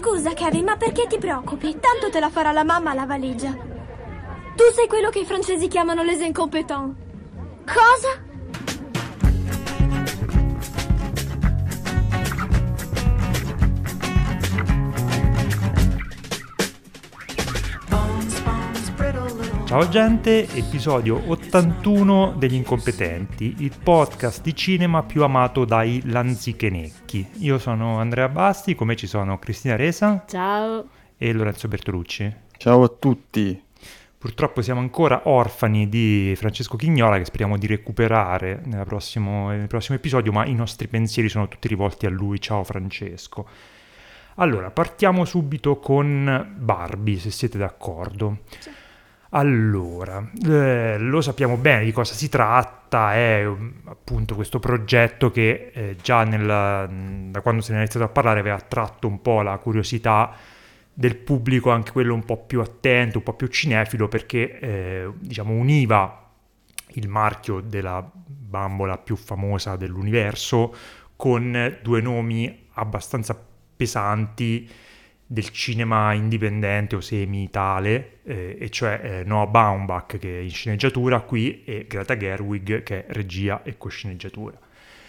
Scusa, Kevin, ma perché ti preoccupi? Tanto te la farà la mamma la valigia. Tu sei quello che i francesi chiamano les incompetents. Cosa? Ciao gente, episodio 81 degli Incompetenti, il podcast di cinema più amato dai lanzichenecchi. Io sono Andrea Basti, come ci sono Cristina Resa. Ciao. E Lorenzo Bertolucci. Ciao a tutti. Purtroppo siamo ancora orfani di Francesco Chignola, che speriamo di recuperare nel prossimo episodio, ma i nostri pensieri sono tutti rivolti a lui. Ciao Francesco. Allora, partiamo subito con Barbie, se siete d'accordo. Sì. Allora, lo sappiamo bene di cosa si tratta, è appunto questo progetto che già da quando se ne è iniziato a parlare aveva attratto un po' la curiosità del pubblico, anche quello un po' più attento, un po' più cinefilo, perché univa il marchio della bambola più famosa dell'universo con due nomi abbastanza pesanti del cinema indipendente o semi-tale, e cioè Noah Baumbach, che è in sceneggiatura qui, e Greta Gerwig, che è regia e cosceneggiatura.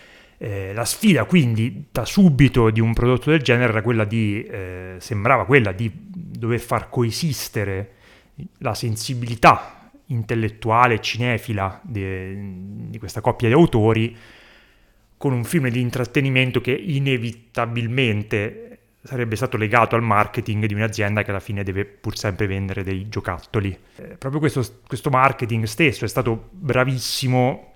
La sfida quindi da subito di un prodotto del genere era quella sembrava quella di dover far coesistere la sensibilità intellettuale e cinefila di questa coppia di autori con un film di intrattenimento che inevitabilmente sarebbe stato legato al marketing di un'azienda che alla fine deve pur sempre vendere dei giocattoli. Proprio questo marketing stesso è stato bravissimo,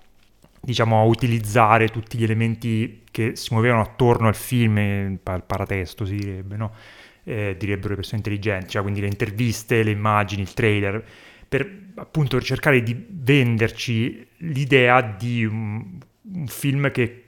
a utilizzare tutti gli elementi che si muovevano attorno al film, il paratesto si direbbe, no? Direbbero le persone intelligenti, cioè quindi le interviste, le immagini, il trailer, per appunto cercare di venderci l'idea di un film che,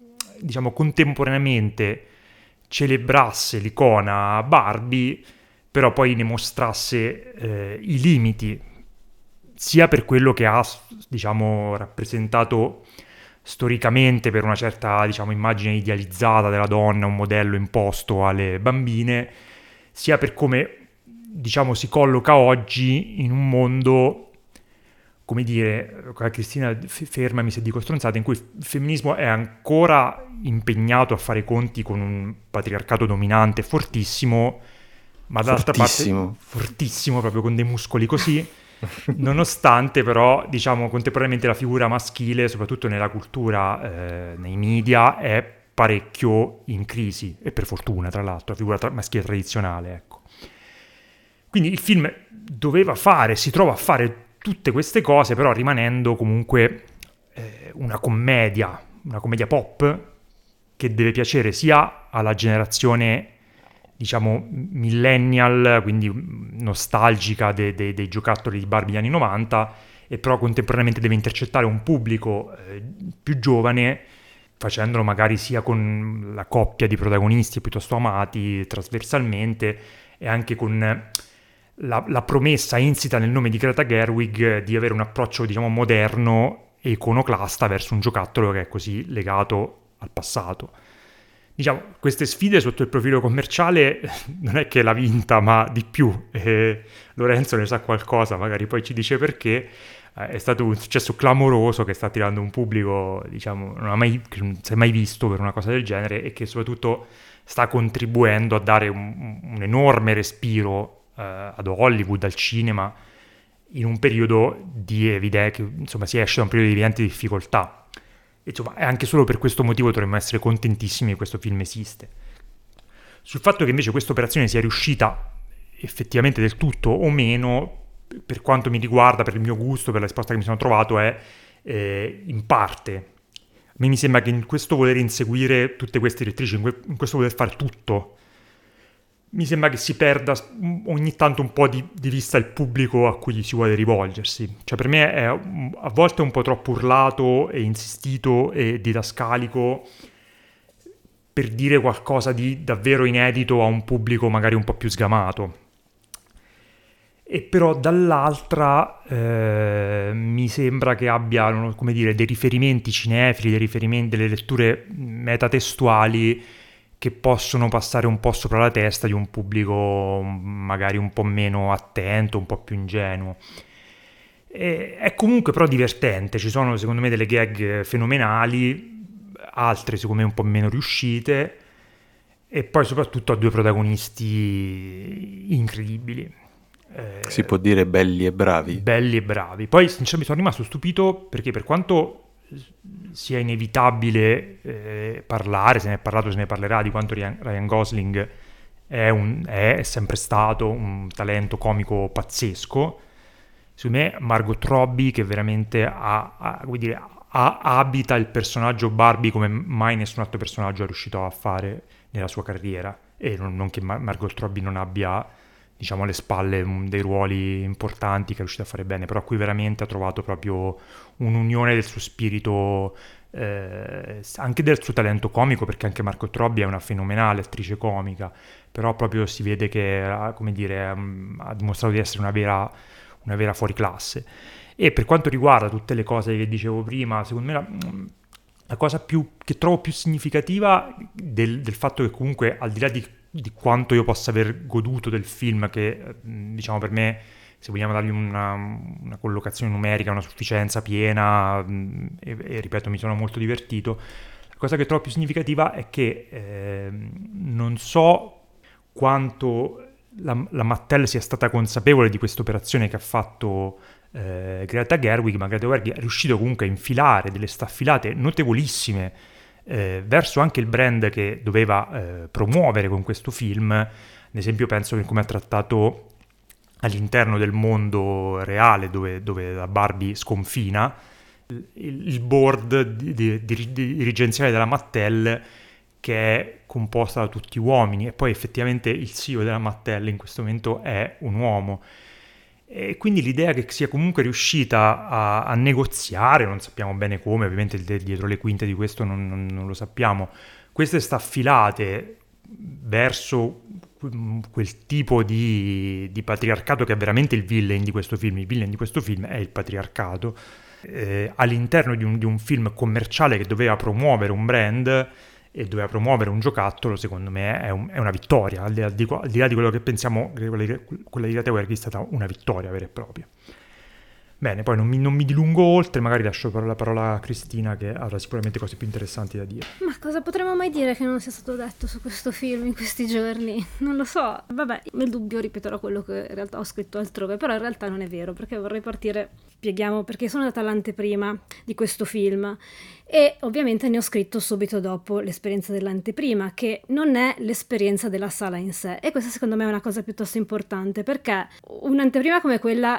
contemporaneamente celebrasse l'icona Barbie, però poi ne mostrasse i limiti, sia per quello che ha, rappresentato storicamente per una certa, immagine idealizzata della donna, un modello imposto alle bambine, sia per come, si colloca oggi in un mondo, come dire, Cristina, fermami se dico stronzate, in cui il femminismo è ancora impegnato a fare i conti con un patriarcato dominante fortissimo, ma dall'altra parte fortissimo, proprio con dei muscoli così, nonostante però, contemporaneamente la figura maschile, soprattutto nella cultura, nei media, è parecchio in crisi, e per fortuna, tra l'altro, la figura maschile tradizionale, ecco. Quindi il film si trova a fare tutte queste cose, però rimanendo comunque una commedia pop che deve piacere sia alla generazione, millennial, quindi nostalgica dei giocattoli di Barbie degli anni 90, e però contemporaneamente deve intercettare un pubblico più giovane, facendolo magari sia con la coppia di protagonisti piuttosto amati trasversalmente, e anche con la promessa insita nel nome di Greta Gerwig di avere un approccio, moderno e iconoclasta verso un giocattolo che è così legato al passato. Queste sfide sotto il profilo commerciale non è che l'ha vinta, ma di più. Lorenzo ne sa qualcosa, magari poi ci dice perché. È stato un successo clamoroso che sta attirando un pubblico, che non si è mai visto per una cosa del genere, e che soprattutto sta contribuendo a dare un enorme respiro ad Hollywood, al cinema, in un periodo che si esce da un periodo di evidente difficoltà. E, e anche solo per questo motivo dovremmo essere contentissimi che questo film esiste. Sul fatto che invece questa operazione sia riuscita effettivamente del tutto o meno, per quanto mi riguarda, per il mio gusto, per la risposta che mi sono trovato, è in parte. A me mi sembra che in questo voler inseguire tutte queste direttrici, in questo voler fare tutto, mi sembra che si perda ogni tanto un po' di vista il pubblico a cui si vuole rivolgersi. Cioè, per me è a volte un po' troppo urlato e insistito e didascalico per dire qualcosa di davvero inedito a un pubblico magari un po' più sgamato. E però dall'altra mi sembra che abbia, dei riferimenti cinefili, delle letture metatestuali che possono passare un po' sopra la testa di un pubblico magari un po' meno attento, un po' più ingenuo. È comunque però divertente, ci sono secondo me delle gag fenomenali, altre secondo me un po' meno riuscite, e poi soprattutto ha due protagonisti incredibili. Si può dire belli e bravi. Belli e bravi. Poi sinceramente sono rimasto stupito perché, per quanto sia inevitabile parlare, se ne è parlato, se ne parlerà, di quanto Ryan Gosling è sempre stato un talento comico pazzesco, secondo me Margot Robbie, che veramente abita il personaggio Barbie come mai nessun altro personaggio è riuscito a fare nella sua carriera, e non che Margot Robbie non abbia, diciamo, alle spalle dei ruoli importanti che è riuscito a fare bene, però qui veramente ha trovato proprio un'unione del suo spirito, anche del suo talento comico, perché anche Margot Robbie è una fenomenale attrice comica, però proprio si vede che, come dire, ha dimostrato di essere una vera fuoriclasse. E per quanto riguarda tutte le cose che dicevo prima, secondo me la cosa che trovo più significativa del fatto che comunque, al di là di quanto io possa aver goduto del film, che diciamo per me, se vogliamo dargli una collocazione numerica, una sufficienza piena, e ripeto, mi sono molto divertito, la cosa che trovo più significativa è che non so quanto la Mattel sia stata consapevole di questa operazione che ha fatto Greta Gerwig, ma Greta Gerwig è riuscito comunque a infilare delle staffilate notevolissime verso anche il brand che doveva promuovere con questo film. Ad esempio, penso che come ha trattato all'interno del mondo reale dove la Barbie sconfina, il board dirigenziale della Mattel, che è composta da tutti uomini, e poi effettivamente il CEO della Mattel in questo momento è un uomo. E quindi l'idea che sia comunque riuscita a negoziare, non sappiamo bene come, ovviamente dietro le quinte di questo non lo sappiamo, queste staffilate verso quel tipo di patriarcato che è veramente il villain di questo film. Il villain di questo film è il patriarcato, all'interno di un film commerciale che doveva promuovere un brand e doveva promuovere un giocattolo. Secondo me è una vittoria, al di là di quello che pensiamo, quella di Greta Gerwig è stata una vittoria vera e propria. Bene, poi non mi dilungo oltre, magari lascio la parola a Cristina, che avrà sicuramente cose più interessanti da dire. Ma cosa potremmo mai dire che non sia stato detto su questo film in questi giorni? Non lo so. Vabbè, nel dubbio ripeterò quello che in realtà ho scritto altrove, però in realtà non è vero, perché vorrei partire, spieghiamo, perché sono andata all'anteprima di questo film e ovviamente ne ho scritto subito dopo l'esperienza dell'anteprima, che non è l'esperienza della sala in sé, e questa secondo me è una cosa piuttosto importante, perché un'anteprima come quella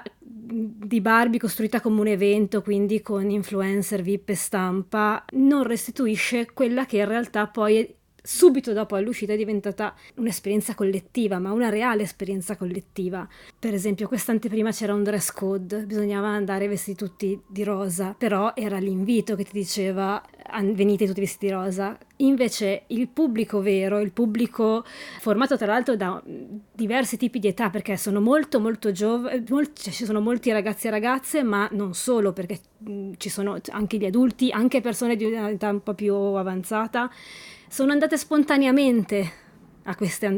di Barbie, costruita come un evento, quindi con influencer, VIP e stampa, non restituisce quella che in realtà poi subito dopo all'uscita è diventata un'esperienza collettiva, ma una reale esperienza collettiva. Per esempio, quest'anteprima c'era un dress code, bisognava andare vestiti tutti di rosa, però era l'invito che ti diceva venite tutti vestiti di rosa. Invece il pubblico vero, il pubblico formato tra l'altro da diversi tipi di età, perché sono molto molto giovani, ci sono molti ragazzi e ragazze, ma non solo, perché ci sono anche gli adulti, anche persone di un'età un po' più avanzata, sono andate spontaneamente a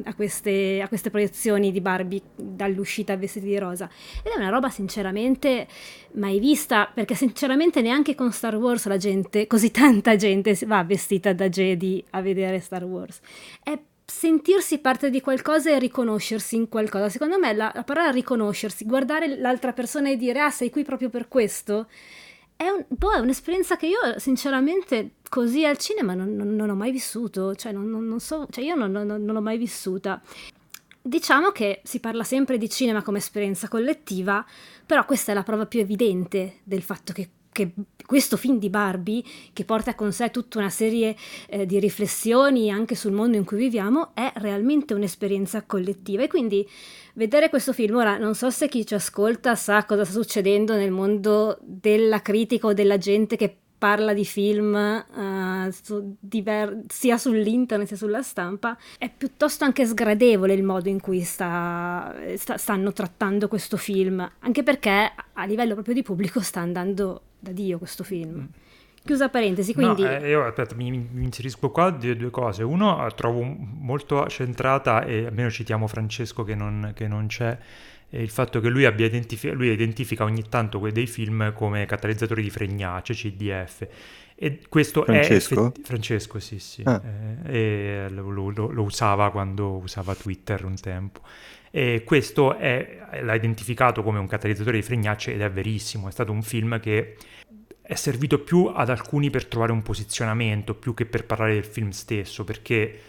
queste proiezioni di Barbie dall'uscita vestiti di rosa, ed è una roba sinceramente mai vista, perché sinceramente neanche con Star Wars la gente, così tanta gente, va vestita da Jedi a vedere Star Wars. È sentirsi parte di qualcosa e riconoscersi in qualcosa. Secondo me la parola riconoscersi, guardare l'altra persona e dire ah, sei qui proprio per questo, è un'esperienza che io sinceramente così al cinema non ho mai vissuto, cioè non so, cioè io non l'ho mai vissuta. Diciamo che si parla sempre di cinema come esperienza collettiva, però questa è la prova più evidente del fatto che questo film di Barbie, che porta con sé tutta una serie di riflessioni anche sul mondo in cui viviamo, è realmente un'esperienza collettiva. E quindi vedere questo film, ora non so se chi ci ascolta sa cosa sta succedendo nel mondo della critica o della gente che parla di film sia sull'internet sia sulla stampa, è piuttosto anche sgradevole il modo in cui stanno trattando questo film, anche perché a livello proprio di pubblico sta andando da Dio questo film. Chiusa parentesi, quindi... No, io aspetta, mi inserisco qua due cose. Uno, trovo molto centrata, e almeno citiamo Francesco che non c'è, il fatto che lui identifica ogni tanto dei film come catalizzatori di Fregnace, CDF. E questo Francesco? è... Francesco, sì. Ah. E lo usava quando usava Twitter un tempo. E questo l'ha identificato come un catalizzatore di Fregnace, ed è verissimo. È stato un film che è servito più ad alcuni per trovare un posizionamento più che per parlare del film stesso, perché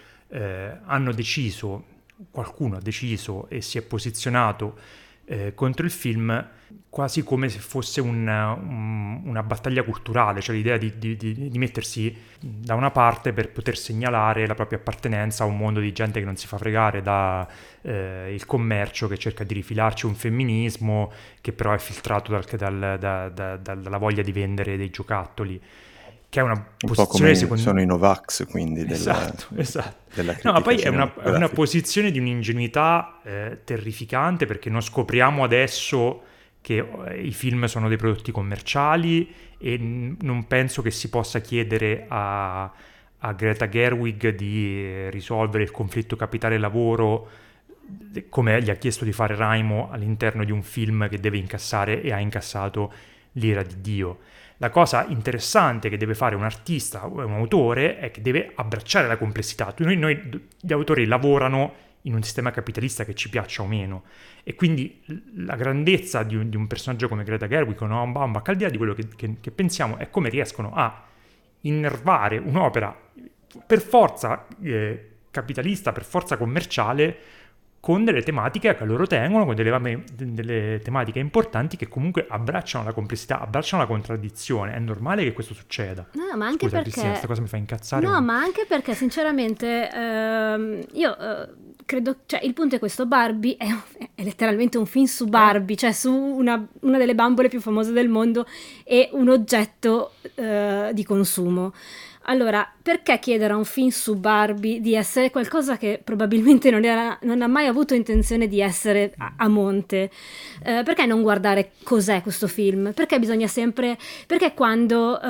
qualcuno ha deciso e si è posizionato contro il film quasi come se fosse una battaglia culturale, cioè l'idea di mettersi da una parte per poter segnalare la propria appartenenza a un mondo di gente che non si fa fregare da il commercio, che cerca di rifilarci un femminismo che però è filtrato dalla voglia di vendere dei giocattoli, che è una posizione, un po' come sono i Novax, quindi esatto. della No, ma poi è critica una posizione di un'ingenuità terrificante, perché non scopriamo adesso che i film sono dei prodotti commerciali, e non penso che si possa chiedere a Greta Gerwig di risolvere il conflitto capitale-lavoro come gli ha chiesto di fare Raimo all'interno di un film che deve incassare e ha incassato l'ira di Dio. La cosa interessante che deve fare un artista o un autore è che deve abbracciare la complessità. Gli autori lavorano in un sistema capitalista, che ci piaccia o meno, e quindi la grandezza di un personaggio come Greta Gerwig o Noam Baumbach, al di là di quello che pensiamo, è come riescono a innervare un'opera per forza capitalista, per forza commerciale, con delle tematiche che loro tengono, con delle tematiche importanti che comunque abbracciano la complessità, abbracciano la contraddizione. È normale che questo succeda. No, ma anche Scusa, perché... Cristina, questa cosa mi fa incazzare. No, ma anche perché sinceramente io credo, cioè il punto è questo: Barbie è letteralmente un film su Barbie, cioè su una delle bambole più famose del mondo e un oggetto di consumo. Allora, perché chiedere a un film su Barbie di essere qualcosa che probabilmente non ha mai avuto intenzione di essere a monte? Perché non guardare cos'è questo film? Perché bisogna sempre... Perché quando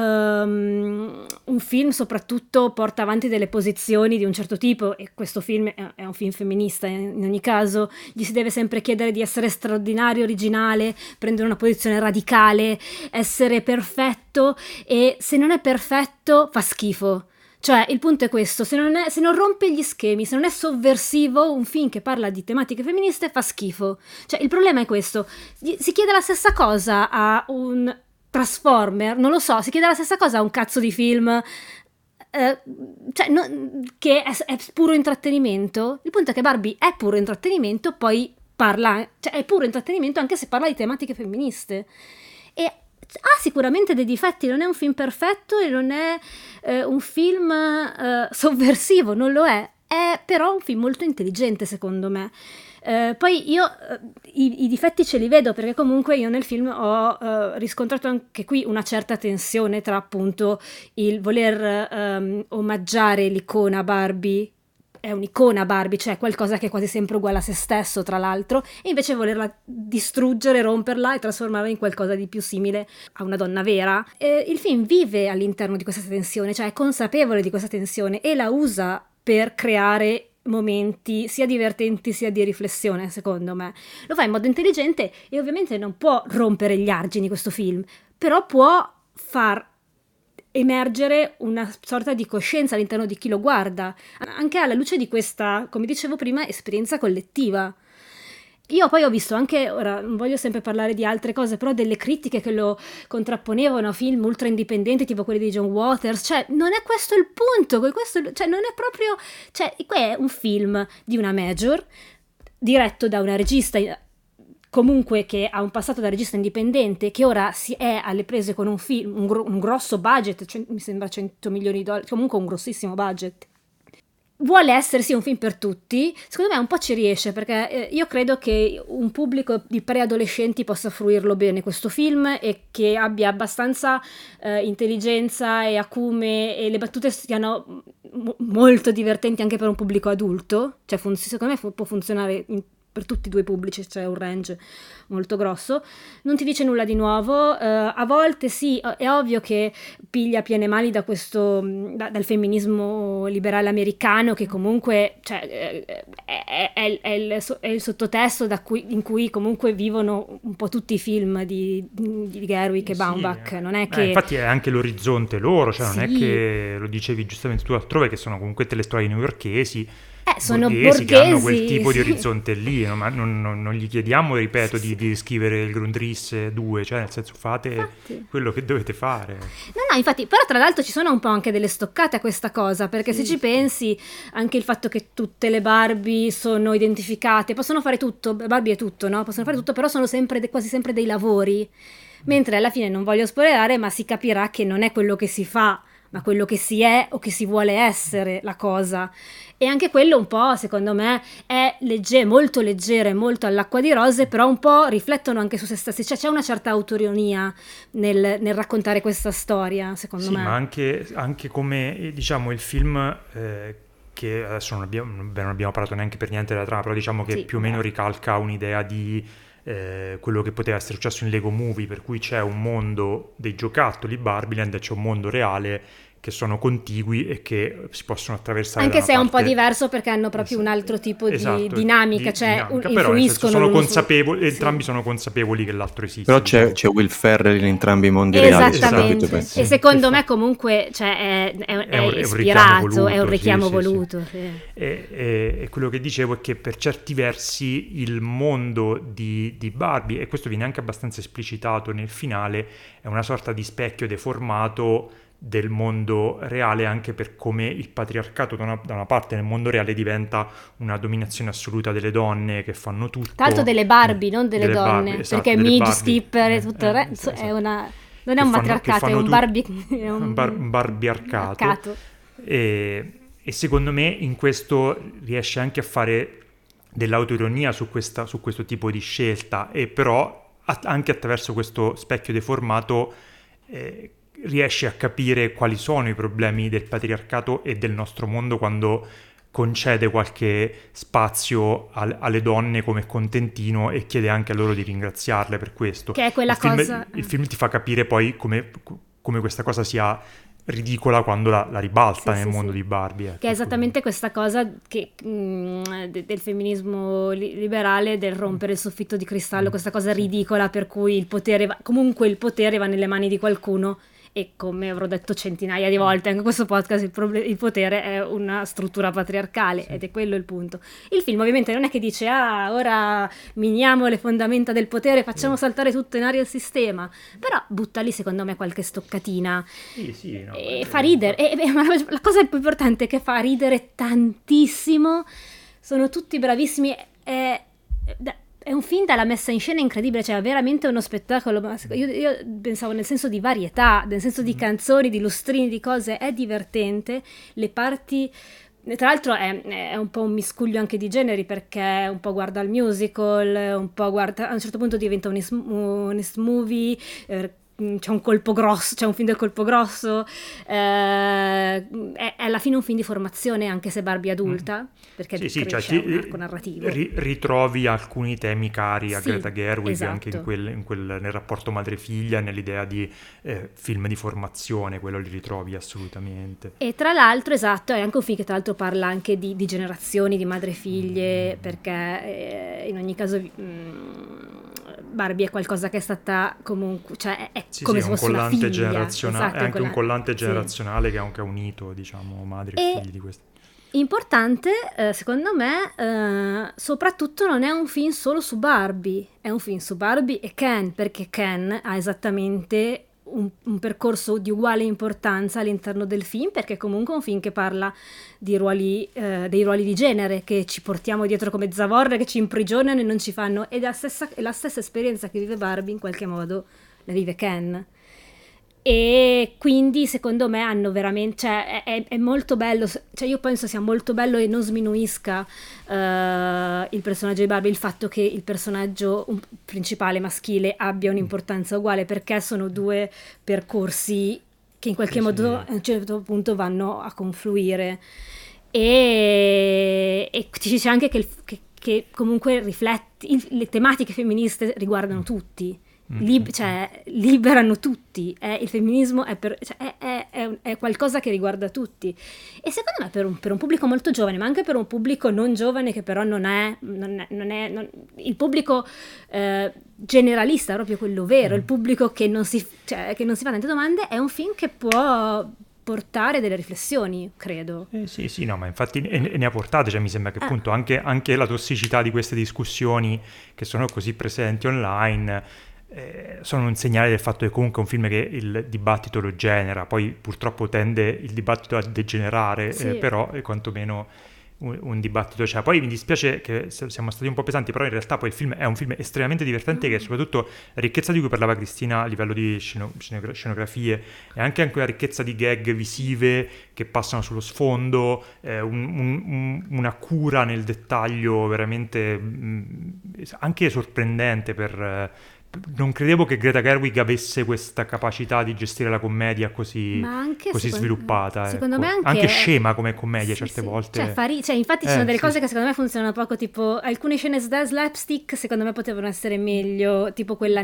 un film soprattutto porta avanti delle posizioni di un certo tipo, e questo film è un film femminista in ogni caso, gli si deve sempre chiedere di essere straordinario, originale, prendere una posizione radicale, essere perfetto, e se non è perfetto fa schifo. Cioè, il punto è questo: se non rompe gli schemi, se non è sovversivo, un film che parla di tematiche femministe fa schifo. Cioè, il problema è questo: si chiede la stessa cosa a un Transformer, non lo so, si chiede la stessa cosa a un cazzo di film che è puro intrattenimento. Il punto è che Barbie è puro intrattenimento, poi è puro intrattenimento anche se parla di tematiche femministe, e ha sicuramente dei difetti, non è un film perfetto e non è un film sovversivo, non lo è però un film molto intelligente, secondo me. Poi io i difetti ce li vedo, perché comunque io nel film ho riscontrato anche qui una certa tensione tra appunto il voler omaggiare l'icona Barbie. È un'icona Barbie, cioè qualcosa che è quasi sempre uguale a se stesso, tra l'altro, e invece volerla distruggere, romperla e trasformarla in qualcosa di più simile a una donna vera. Il film vive all'interno di questa tensione, cioè è consapevole di questa tensione e la usa per creare momenti sia divertenti sia di riflessione, secondo me. Lo fa in modo intelligente e ovviamente non può rompere gli argini questo film, però può far emergere una sorta di coscienza all'interno di chi lo guarda, anche alla luce di questa, come dicevo prima, esperienza collettiva. Io poi ho visto anche, ora non voglio sempre parlare di altre cose, però delle critiche che lo contrapponevano a film ultra indipendenti tipo quelli di John Waters. Cioè non è questo il punto, cioè non è proprio, cioè qui è un film di una major diretto da una regista comunque che ha un passato da regista indipendente, che ora si è alle prese con un film, un grosso budget, mi sembra $100 milioni, comunque un grossissimo budget. Vuole essere sì un film per tutti, secondo me un po' ci riesce, perché io credo che un pubblico di preadolescenti possa fruirlo bene questo film, e che abbia abbastanza intelligenza e acume, e le battute siano molto divertenti anche per un pubblico adulto, cioè secondo me può funzionare per tutti e due i pubblici c'è un range molto grosso, non ti dice nulla di nuovo. A volte sì, è ovvio che piglia piene mani da questo dal femminismo liberale americano, che comunque, cioè, è il sottotesto in cui comunque vivono un po' tutti i film di Gerwig e Baumbach. Non è che infatti è anche l'orizzonte loro, cioè non è Sì. che, lo dicevi giustamente tu altrove, che sono comunque intellettuali newyorkesi, sono borghesi che hanno quel borghesi, tipo di sì. orizzonte lì, no? Ma non gli chiediamo, ripeto, di scrivere il Grundrisse 2, cioè nel senso fate Infatti. quello che dovete fare. No, infatti, però tra l'altro ci sono un po' anche delle stoccate a questa cosa, perché se ci pensi, anche il fatto che tutte le Barbie sono identificate, possono fare tutto, Barbie è tutto, no? Possono fare tutto, però sono sempre quasi sempre dei lavori, mentre alla fine non voglio spoilerare, ma si capirà che non è quello che si fa, ma quello che si è o che si vuole essere la cosa. E anche quello un po', secondo me, è molto leggero e molto all'acqua di rose, però un po' riflettono anche su se stessi, cioè c'è una certa autoironia nel raccontare questa storia, secondo me. Ma anche come, diciamo, il film, che adesso non abbiamo parlato neanche per niente della trama, però diciamo che Sì, più o meno ricalca un'idea di quello che poteva essere successo in Lego Movie, per cui c'è un mondo dei giocattoli Barbieland e c'è un mondo reale che sono contigui e che si possono attraversare. Anche da se una è un po' parte. diverso, perché hanno proprio un altro tipo Esatto, di dinamica, cioè dinamica, però nel senso influiscono sono l'uno consapevoli, sì. entrambi sono consapevoli che l'altro esiste. Però diciamo. c'è Will Ferrell in entrambi i mondi reali. Esattamente, capito, sì. e secondo me comunque, cioè, è ispirato, è un richiamo voluto. Sì. E quello che dicevo è che per certi versi il mondo di Barbie, e questo viene anche abbastanza esplicitato nel finale, è una sorta di specchio deformato del mondo reale, anche per come il patriarcato da una parte nel mondo reale diventa una dominazione assoluta delle donne che fanno tutto. Tra l'altro delle Barbie, non delle donne, Barbie, esatto, perché delle Midge, Barbie. Skipper e tutto il resto Esatto. è una... Non è Che un fanno- matriarcato, che è un fanno Barbie... È un barbiarcato. E secondo me in questo riesce anche a fare dell'autoironia su questo tipo di scelta, e però anche attraverso questo specchio deformato riesce a capire quali sono i problemi del patriarcato e del nostro mondo quando concede qualche spazio alle donne come contentino e chiede anche a loro di ringraziarle per questo. Che è quella cosa... Il film ti fa capire poi come questa cosa sia ridicola quando la ribalta nel mondo di Barbie. Ecco. Che è esattamente questa cosa che, del femminismo liberale, del rompere il soffitto di cristallo, questa cosa ridicola per cui il potere va nelle mani di qualcuno. E come avrò detto centinaia di volte anche in questo podcast, il potere è una struttura patriarcale, ed è quello il punto. Il film ovviamente non è che dice ora miniamo le fondamenta del potere, facciamo saltare tutto in aria il sistema, però butta lì secondo me qualche stoccatina No, e fa ridere, ma la cosa più importante è che fa ridere tantissimo, sono tutti bravissimi, è un film dalla messa in scena incredibile, cioè veramente uno spettacolo. Io pensavo nel senso di varietà, nel senso di canzoni, di lustrini, di cose, è divertente. Le parti, tra l'altro è un po' un miscuglio anche di generi, perché un po' guarda il musical, un po' guarda, a un certo punto diventa un honest movie, c'è un colpo grosso, c'è un film del colpo grosso, è alla fine un film di formazione, anche se Barbie adulta, perché c'è un arco narrativo. Ritrovi alcuni temi cari a Greta Gerwig, esatto. anche nel rapporto madre-figlia, nell'idea di film di formazione, quello li ritrovi assolutamente. E tra l'altro, esatto, è anche un film che tra l'altro parla anche di generazioni, di madre-figlie, perché in ogni caso Barbie è qualcosa che è stata comunque, cioè è come se fosse una figlia. Esatto, è anche un collante generazionale che ha unito, diciamo, madri e figli di questo. Importante, secondo me, soprattutto non è un film solo su Barbie, è un film su Barbie e Ken, perché Ken ha esattamente un percorso di uguale importanza all'interno del film, perché comunque è un film che parla di ruoli, dei ruoli di genere che ci portiamo dietro come zavorre, che ci imprigionano e non ci fanno, ed è la stessa esperienza che vive Barbie, in qualche modo la vive Ken. E quindi secondo me hanno veramente, cioè è molto bello, cioè io penso sia molto bello e non sminuisca il personaggio di Barbie il fatto che il personaggio principale maschile abbia un'importanza uguale, perché sono due percorsi che in qualche modo a un certo punto vanno a confluire. E ci dice anche che che comunque le tematiche femministe riguardano tutti. Cioè, liberano tutti, il femminismo è qualcosa che riguarda tutti, e secondo me per un pubblico molto giovane, ma anche per un pubblico non giovane, che però non è il pubblico generalista, proprio quello vero, il pubblico che non si fa tante domande, è un film che può portare delle riflessioni, credo. Sì, no, ma infatti ne ha portate, cioè mi sembra che appunto anche la tossicità di queste discussioni che sono così presenti online sono un segnale del fatto che comunque è un film che il dibattito lo genera, poi purtroppo tende il dibattito a degenerare, sì. però quantomeno un dibattito c'è. Poi mi dispiace che siamo stati un po' pesanti, però in realtà poi il film è un film estremamente divertente, che è soprattutto la ricchezza di cui parlava Cristina a livello di scenografie, e anche la ricchezza di gag visive che passano sullo sfondo, una cura nel dettaglio veramente anche sorprendente non credevo che Greta Gerwig avesse questa capacità di gestire la commedia così sviluppata. Secondo me anche scema come commedia certe volte. Infatti ci sono delle cose che secondo me funzionano poco, tipo alcune scene slapstick secondo me potevano essere meglio, tipo quella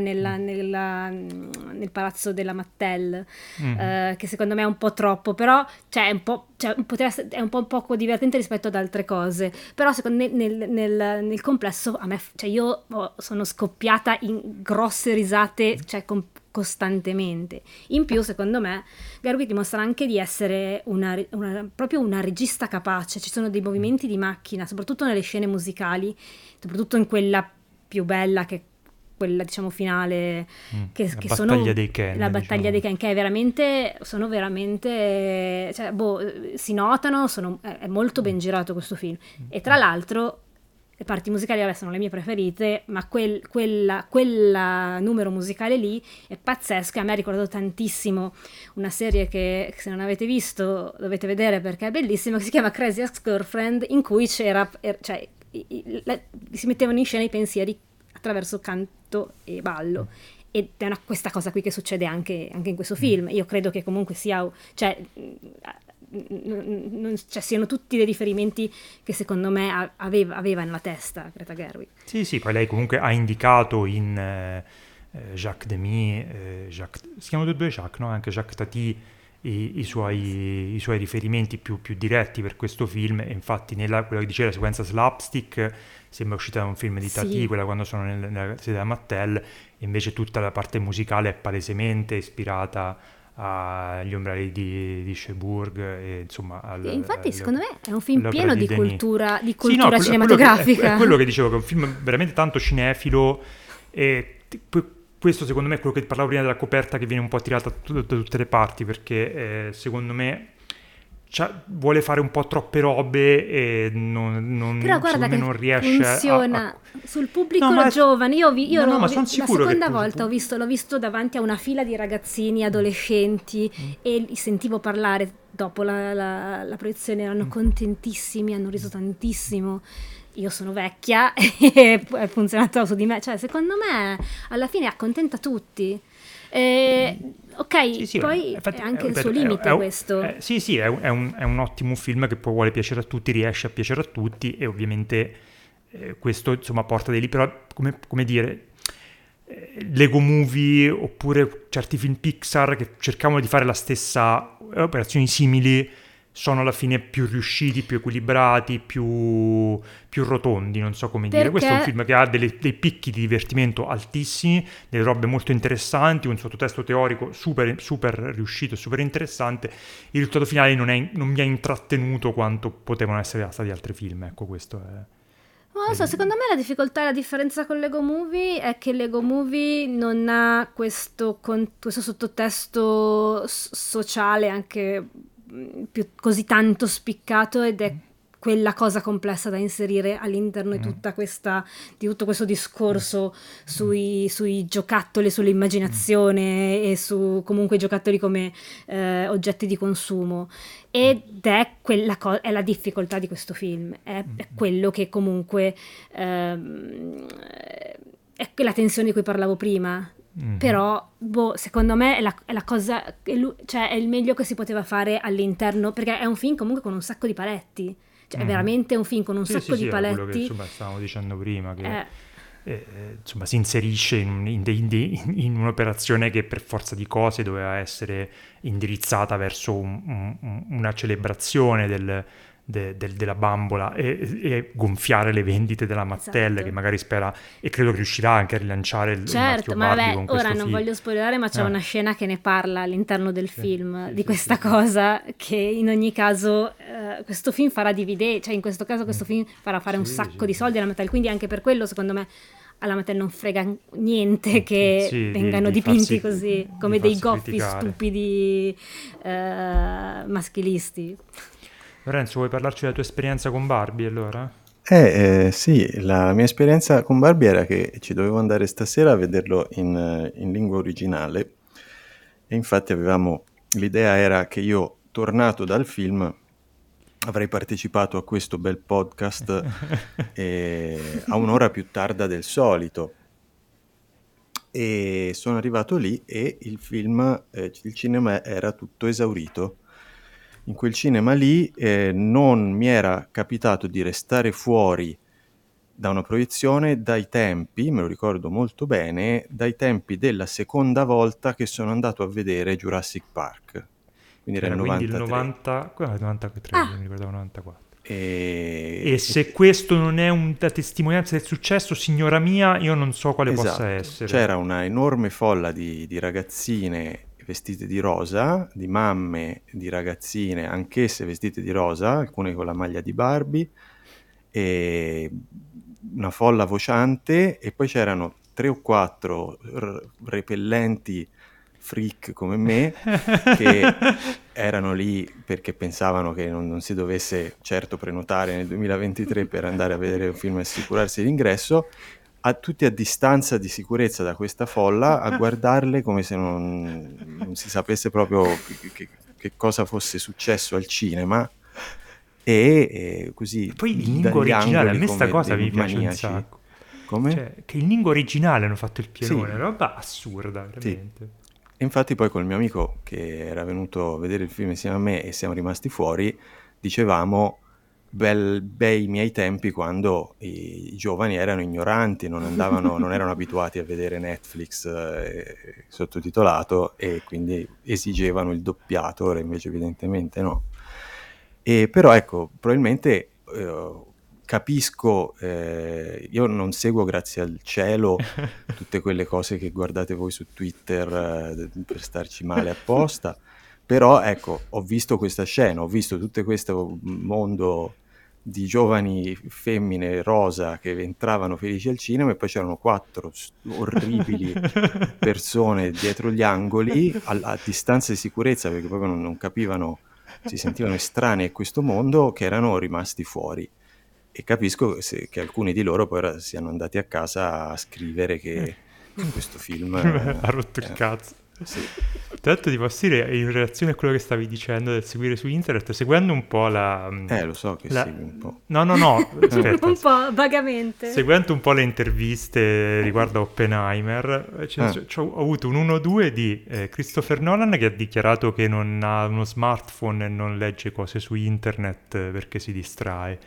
nel palazzo della Mattel, che secondo me è un po' troppo, però è un po' poco divertente rispetto ad altre cose, però secondo me nel complesso a me, io sono scoppiata in grosse risate, costantemente. In più, secondo me, Gerwig dimostra anche di essere proprio una regista capace. Ci sono dei movimenti di macchina, soprattutto nelle scene musicali, soprattutto in quella più bella, che quella diciamo finale, che sono battaglia dei Ken, la battaglia dei Ken, che sono veramente, si notano, è molto ben girato questo film. E tra l'altro le parti musicali sono le mie preferite, ma quella numero musicale lì è pazzesco, e a me ha ricordato tantissimo una serie che, se non avete visto, dovete vedere perché è bellissima, che si chiama Crazy Ex-Girlfriend, in cui si mettevano in scena i pensieri attraverso canto e ballo, ed è questa cosa qui che succede anche in questo film. Io credo che comunque sia, siano tutti dei riferimenti che secondo me aveva nella testa Greta Gerwig. Sì, poi lei comunque ha indicato in Jacques Demy, si chiamano due Jacques, no? Anche Jacques Tati, i suoi riferimenti più diretti per questo film, e infatti quello che diceva, la sequenza slapstick sembra uscita da un film di Tati, sì. quella quando sono nella sede della Mattel, e invece tutta la parte musicale è palesemente ispirata agli ombrelli di Cherbourg, e insomma infatti secondo me è un film pieno di Denis. cultura Sì, cinematografica. È quello che dicevo, che è un film veramente tanto cinefilo, e questo secondo me è quello che parlavo prima della coperta, che viene un po' tirata da tutte le parti, perché secondo me vuole fare un po' troppe robe e però guarda che non riesce funziona sul pubblico giovane. Ma sono sicuro la seconda volta l'ho visto davanti a una fila di ragazzini adolescenti e li sentivo parlare dopo la proiezione, erano contentissimi, hanno riso tantissimo. Io sono vecchia e è funzionato su di me, secondo me alla fine accontenta tutti. Ok, sì, poi è anche il suo limite questo. Sì, è un ottimo film che vuole piacere a tutti, riesce a piacere a tutti, e ovviamente questo insomma porta dei però come dire, Lego Movie oppure certi film Pixar che cercavano di fare la stessa operazioni simili sono alla fine più riusciti, più equilibrati, più rotondi, non so come dire. Questo è un film che ha dei picchi di divertimento altissimi, delle robe molto interessanti, un sottotesto teorico super, super riuscito, super interessante. Il risultato finale non mi ha intrattenuto quanto potevano essere stati altri film, ecco, questo è... Non lo so, secondo me la difficoltà e la differenza con Lego Movie è che Lego Movie non ha questo sottotesto sociale anche più così tanto spiccato, ed è quella cosa complessa da inserire all'interno di tutto questo discorso sui giocattoli, sull'immaginazione e su comunque i giocattoli come oggetti di consumo, ed è è la difficoltà di questo film, è quello che comunque è quella tensione di cui parlavo prima. Però secondo me è la cosa, è il meglio che si poteva fare all'interno, perché è un film comunque con un sacco di paletti, Cioè è veramente un film con un sacco di era paletti. quello che insomma stavamo dicendo prima, che insomma si inserisce in un'operazione che per forza di cose doveva essere indirizzata verso una celebrazione della bambola e gonfiare le vendite della Mattel, Esatto. che magari spera, e credo che riuscirà anche a rilanciare il marchio ma Barbie vabbè, con questo ora non film. voglio spoilerare, ma c'è una scena che ne parla all'interno del film di sì, questa cosa, che in ogni caso questo film farà dividere, cioè in questo caso questo film farà fare un sacco di soldi alla Mattel, quindi anche per quello secondo me alla Mattel non frega niente che vengano dipinti così come dei goffi criticare. stupidi maschilisti. Lorenzo, vuoi parlarci della tua esperienza con Barbie allora? Sì, la mia esperienza con Barbie era che ci dovevo andare stasera a vederlo in lingua originale, e infatti l'idea era che io, tornato dal film, avrei partecipato a questo bel podcast a un'ora più tarda del solito, e sono arrivato lì e il cinema era tutto esaurito. In quel cinema lì non mi era capitato di restare fuori da una proiezione dai tempi, me lo ricordo molto bene, dai tempi della seconda volta che sono andato a vedere Jurassic Park. Quindi era il 93. 93, mi ricordavo 94. E E se questo non è una testimonianza del successo, signora mia, io non so quale possa essere. C'era una enorme folla di ragazzine vestite di rosa, di mamme di ragazzine anch'esse vestite di rosa, alcune con la maglia di Barbie, e una folla vociante, e poi c'erano 3 o 4 repellenti freak come me che erano lì perché pensavano che non si dovesse certo prenotare nel 2023 per andare a vedere un film e assicurarsi l'ingresso, tutti a distanza di sicurezza da questa folla, a guardarle come se non si sapesse proprio che cosa fosse successo al cinema, e così poi in lingua originale, a me sta cosa mi piace maniaci. un sacco. Come? Cioè, che in lingua originale hanno fatto il pienone, Sì. una roba assurda, veramente. Sì. E infatti poi col mio amico che era venuto a vedere il film insieme a me e siamo rimasti fuori, dicevamo bei miei tempi quando i giovani erano ignoranti, non erano abituati a vedere Netflix sottotitolato, e quindi esigevano il doppiato, ora invece evidentemente no. Però ecco, probabilmente capisco, io non seguo, grazie al cielo, tutte quelle cose che guardate voi su Twitter per starci male apposta, però ecco, ho visto questa scena, ho visto tutto questo mondo di giovani femmine rosa che entravano felici al cinema, e poi c'erano 4 orribili persone dietro gli angoli a distanza di sicurezza, perché proprio non capivano, si sentivano estranei a questo mondo, che erano rimasti fuori. E capisco che alcuni di loro poi siano andati a casa a scrivere che questo film ha rotto il cazzo. Sì. Tra l'altro ti posso dire, in relazione a quello che stavi dicendo del seguire su internet, seguendo un po' lo so che segui un po'. No, aspetta. Un po' vagamente. Seguendo un po' le interviste riguardo a Oppenheimer, ho avuto un 1-2 di Christopher Nolan, che ha dichiarato che non ha uno smartphone e non legge cose su internet perché si distrae,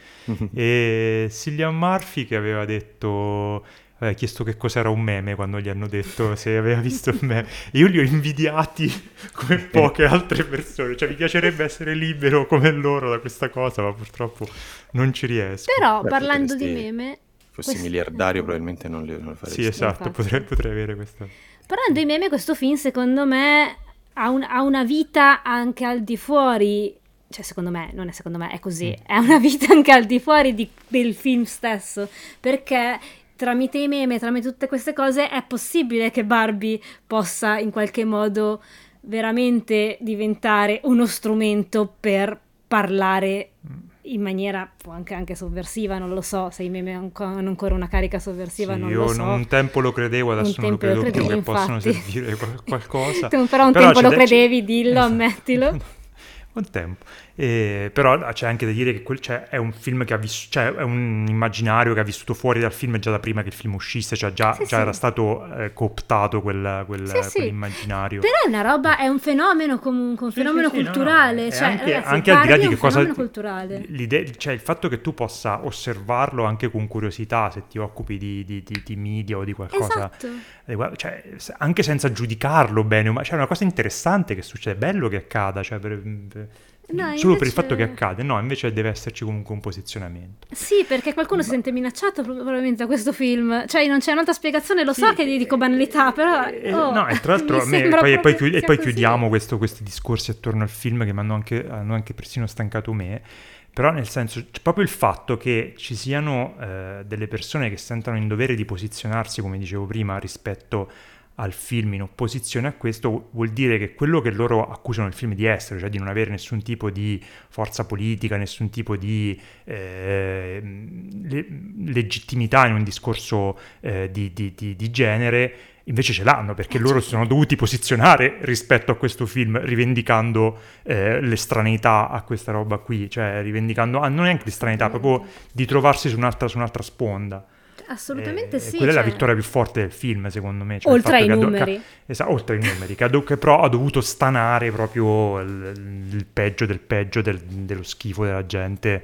e Cillian Murphy che aveva detto... aveva chiesto che cos'era un meme quando gli hanno detto se aveva visto il meme. Io li ho invidiati come poche altre persone, cioè mi piacerebbe essere libero come loro da questa cosa, ma purtroppo non ci riesco. Però parlando di meme, fossi miliardario probabilmente non le faresti. Sì, esatto, potrei avere questa. Parlando di meme, questo film secondo me ha una vita anche al di fuori, cioè secondo me, non è secondo me, è così, è una vita anche al di fuori del film stesso, perché tramite i meme, tramite tutte queste cose, è possibile che Barbie possa in qualche modo veramente diventare uno strumento per parlare in maniera anche sovversiva. Non lo so se i meme hanno ancora una carica sovversiva, sì, non lo so. Io un tempo lo credevo, adesso non lo credo più, che possono servire qualcosa. Tu però un tempo lo credevi, dillo, ammettilo. Con tempo. Però c'è anche da dire che è un film che ha vissuto, cioè è un immaginario che ha vissuto fuori dal film già da prima che il film uscisse, cioè già Sì. era stato cooptato Sì. quell'immaginario. Però è una roba, è un fenomeno comunque, un fenomeno culturale. No. Cioè, anche, ragazzi, anche al di là di Barbie è che un cosa... fenomeno culturale. Cioè il fatto che tu possa osservarlo anche con curiosità, se ti occupi di media o di qualcosa... Esatto. Cioè, anche senza giudicarlo bene, ma c'è una cosa interessante che succede, è bello che accada, cioè No, solo per il invece- fatto che accade, no, invece deve esserci comunque un posizionamento. Sì, perché qualcuno si sente minacciato probabilmente da questo film. Cioè, non c'è un'altra spiegazione, lo so Sì, che dico banalità, però... no, e tra l'altro mi a me, sembra poi proprio che sia così. chiudiamo questi discorsi attorno al film che hanno anche persino stancato me, però nel senso, proprio il fatto che ci siano delle persone che sentono in dovere di posizionarsi, come dicevo prima, rispetto al film in opposizione a questo, vuol dire che quello che loro accusano il film di essere, cioè di non avere nessun tipo di forza politica, nessun tipo di legittimità in un discorso di genere, invece ce l'hanno, perché loro si sono dovuti posizionare rispetto a questo film, rivendicando l'estraneità a questa roba qui, cioè rivendicando, non neanche l'estraneità, proprio di trovarsi su un'altra sponda. Assolutamente sì. Quella è la cioè, vittoria più forte del film, secondo me. Cioè oltre il fatto ai che numeri. oltre ai numeri, che però ha dovuto stanare proprio il peggio del peggio dello schifo della gente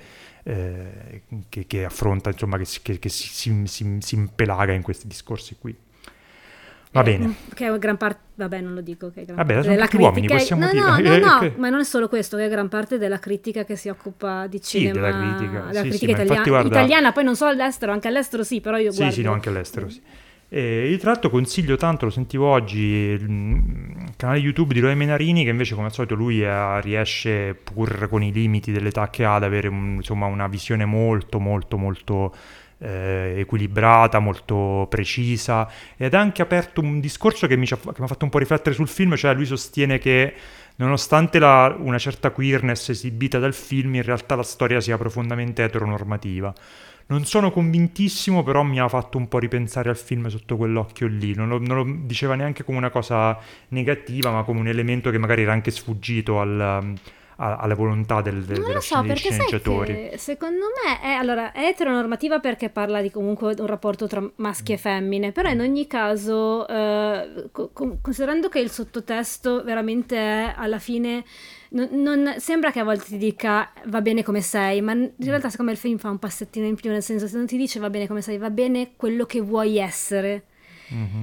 che affronta, insomma, che si impelaga in questi discorsi qui. Va bene. Che è gran parte... Vabbè, non lo dico, che è gran Vabbè, parte sono della tutti uomini, critica. possiamo No, dire. no, ma non è solo questo, che è gran parte della critica che si occupa di Sì, cinema. della critica. Della Sì, critica ma infatti, guarda, italiana, poi non so all'estero, anche all'estero sì, però io guardo... Sì, no, anche all'estero, sì. Io tra l'altro consiglio tanto, lo sentivo oggi, il canale YouTube di Roy Menarini, che invece come al solito lui riesce, pur con i limiti dell'età che ha, ad avere insomma una visione molto molto molto equilibrata, molto precisa, ed ha anche aperto un discorso che mi ha fatto un po' riflettere sul film, cioè lui sostiene che nonostante una certa queerness esibita dal film, in realtà la storia sia profondamente eteronormativa. Non sono convintissimo, però mi ha fatto un po' ripensare al film sotto quell'occhio lì. Non lo diceva neanche come una cosa negativa, ma come un elemento che magari era anche sfuggito alla volontà Non lo degli so, perché sai sceneggiatori. che secondo me è eteronormativa perché parla di comunque un rapporto tra maschi e femmine, però in ogni caso, considerando che il sottotesto veramente è alla fine... Non sembra che a volte ti dica va bene come sei, ma in realtà secondo me il film fa un passettino in più, nel senso, se non ti dice va bene come sei, va bene quello che vuoi essere. Mm-hmm.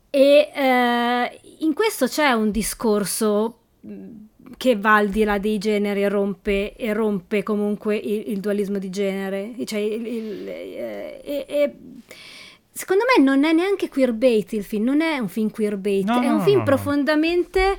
E in questo c'è un discorso che va al di là dei generi e rompe comunque il dualismo di genere, cioè secondo me non è neanche queerbait il film, non è un film queerbait, è un film profondamente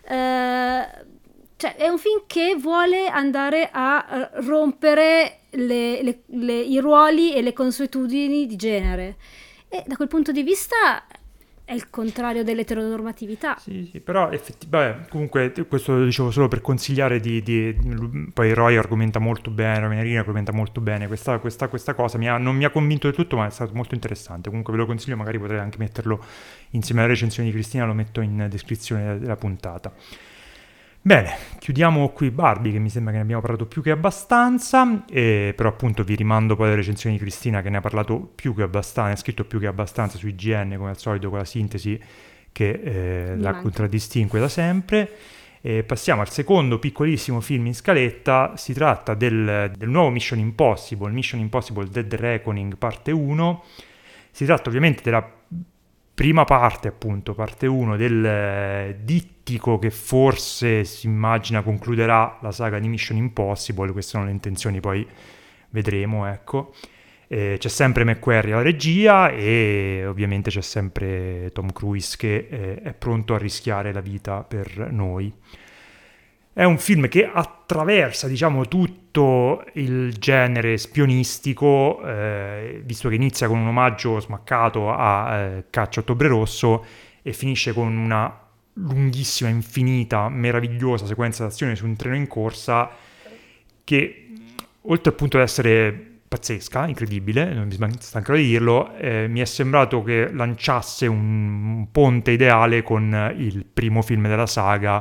cioè è un film che vuole andare a rompere i ruoli e le consuetudini di genere, e da quel punto di vista è il contrario dell'eteronormatività. Sì, però comunque questo lo dicevo solo per consigliare poi Roy argomenta molto bene, Roy argomenta molto bene questa cosa, non mi ha convinto del tutto, ma è stato molto interessante. Comunque ve lo consiglio, magari potrei anche metterlo insieme alla recensione di Cristina, lo metto in descrizione della puntata. Bene, chiudiamo qui Barbie, che mi sembra che ne abbiamo parlato più che abbastanza, però appunto vi rimando poi alle recensioni di Cristina, che ne ha parlato più che abbastanza, ha scritto più che abbastanza su IGN, come al solito, con la sintesi che la contraddistingue da sempre. Passiamo al secondo piccolissimo film in scaletta. Si tratta del nuovo Mission Impossible Dead Reckoning parte 1. Si tratta ovviamente della prima parte, appunto, parte 1 del dittico che forse si immagina concluderà la saga di Mission Impossible. Queste sono le intenzioni, poi vedremo, ecco. C'è sempre McQuarrie alla regia e ovviamente c'è sempre Tom Cruise che è pronto a rischiare la vita per noi. È un film che attraversa, diciamo, tutto il genere spionistico, visto che inizia con un omaggio smaccato a Caccia Ottobre Rosso e finisce con una lunghissima, infinita, meravigliosa sequenza d'azione su un treno in corsa che, oltre appunto ad essere pazzesca, incredibile, non mi stancherò di dirlo, mi è sembrato che lanciasse un ponte ideale con il primo film della saga,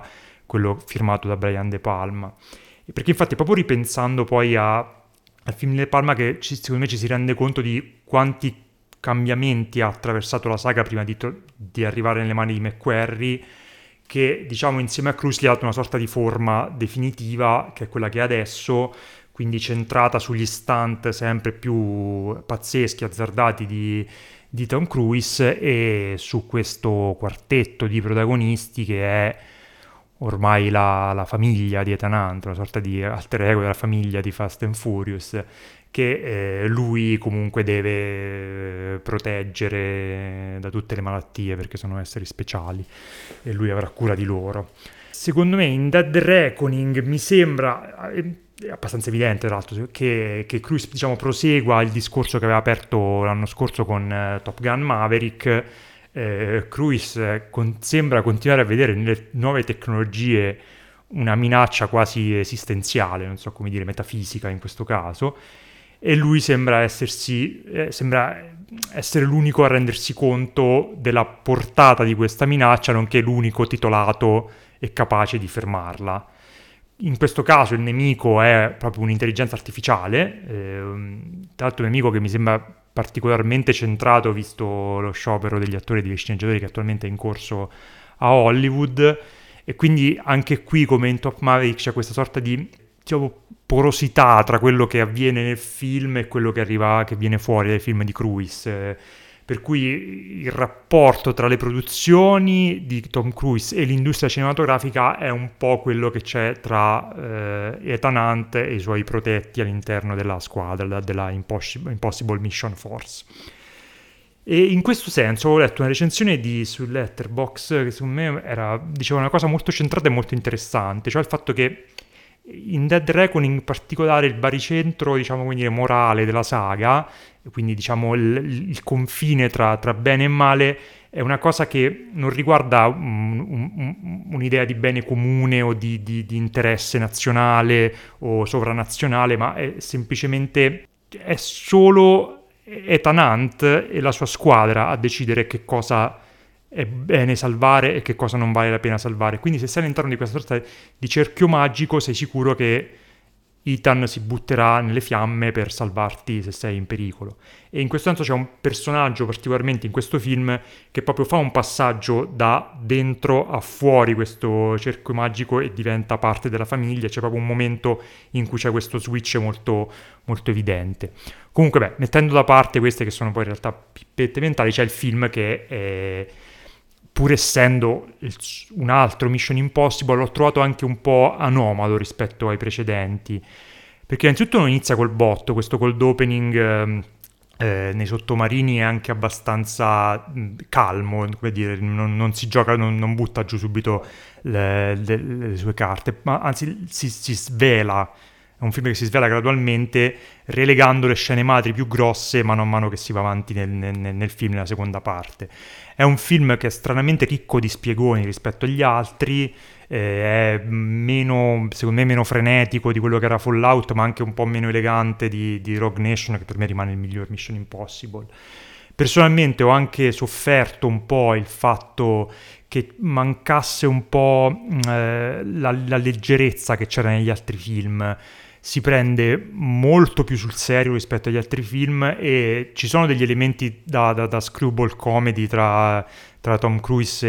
quello firmato da Brian De Palma. Perché infatti proprio ripensando poi al film di De Palma che secondo me ci si rende conto di quanti cambiamenti ha attraversato la saga prima di arrivare nelle mani di McQuarrie, che diciamo insieme a Cruise gli ha dato una sorta di forma definitiva che è quella che è adesso, quindi centrata sugli stunt sempre più pazzeschi, azzardati di Tom Cruise e su questo quartetto di protagonisti che è ormai la famiglia di Ethan Hunt, una sorta di alter ego della famiglia di Fast and Furious, che lui comunque deve proteggere da tutte le malattie perché sono esseri speciali e lui avrà cura di loro. Secondo me in Dead Reckoning mi sembra è abbastanza evidente tra l'altro che Cruise diciamo prosegua il discorso che aveva aperto l'anno scorso con Top Gun Maverick. Cruise sembra continuare a vedere nelle nuove tecnologie una minaccia quasi esistenziale, non so come dire, metafisica in questo caso, e lui sembra essere l'unico a rendersi conto della portata di questa minaccia, nonché l'unico titolato e capace di fermarla. In questo caso il nemico è proprio un'intelligenza artificiale, tra l'altro un nemico che mi sembra particolarmente centrato visto lo sciopero degli attori e degli sceneggiatori che attualmente è in corso a Hollywood, e quindi anche qui come in Top Maverick c'è questa sorta di porosità tra quello che avviene nel film e quello che viene fuori dai film di Cruise, per cui il rapporto tra le produzioni di Tom Cruise e l'industria cinematografica è un po' quello che c'è tra Ethan Hunt e i suoi protetti all'interno della squadra, della Impossible Mission Force. E in questo senso ho letto una recensione su Letterboxd che secondo me diceva una cosa molto centrata e molto interessante, cioè il fatto che in Dead Reckoning in particolare il baricentro, diciamo, come dire, morale della saga, quindi diciamo il confine tra bene e male, è una cosa che non riguarda un'idea di bene comune o di interesse nazionale o sovranazionale, ma è semplicemente è solo Ethan Hunt e la sua squadra a decidere che cosa è bene salvare e che cosa non vale la pena salvare. Quindi se sei all'interno di questa sorta di cerchio magico sei sicuro che Ethan si butterà nelle fiamme per salvarti se sei in pericolo. E in questo senso c'è un personaggio particolarmente in questo film che proprio fa un passaggio da dentro a fuori questo cerchio magico e diventa parte della famiglia. C'è proprio un momento in cui c'è questo switch molto, molto evidente. Comunque, mettendo da parte queste che sono poi in realtà pippette mentali, c'è il film che è, pur essendo un altro Mission Impossible, l'ho trovato anche un po' anomalo rispetto ai precedenti, perché innanzitutto non inizia col botto, questo cold opening nei sottomarini è anche abbastanza calmo, come dire, non si gioca, non butta giù subito le sue carte, ma anzi si svela. È un film che si svela gradualmente, relegando le scene madri più grosse mano a mano che si va avanti nel film, nella seconda parte. È un film che è stranamente ricco di spiegoni rispetto agli altri, è secondo me meno frenetico di quello che era Fallout, ma anche un po' meno elegante di Rogue Nation, che per me rimane il miglior Mission Impossible. Personalmente ho anche sofferto un po' il fatto che mancasse un po' la leggerezza che c'era negli altri film. Si prende molto più sul serio rispetto agli altri film e ci sono degli elementi da screwball comedy tra Tom Cruise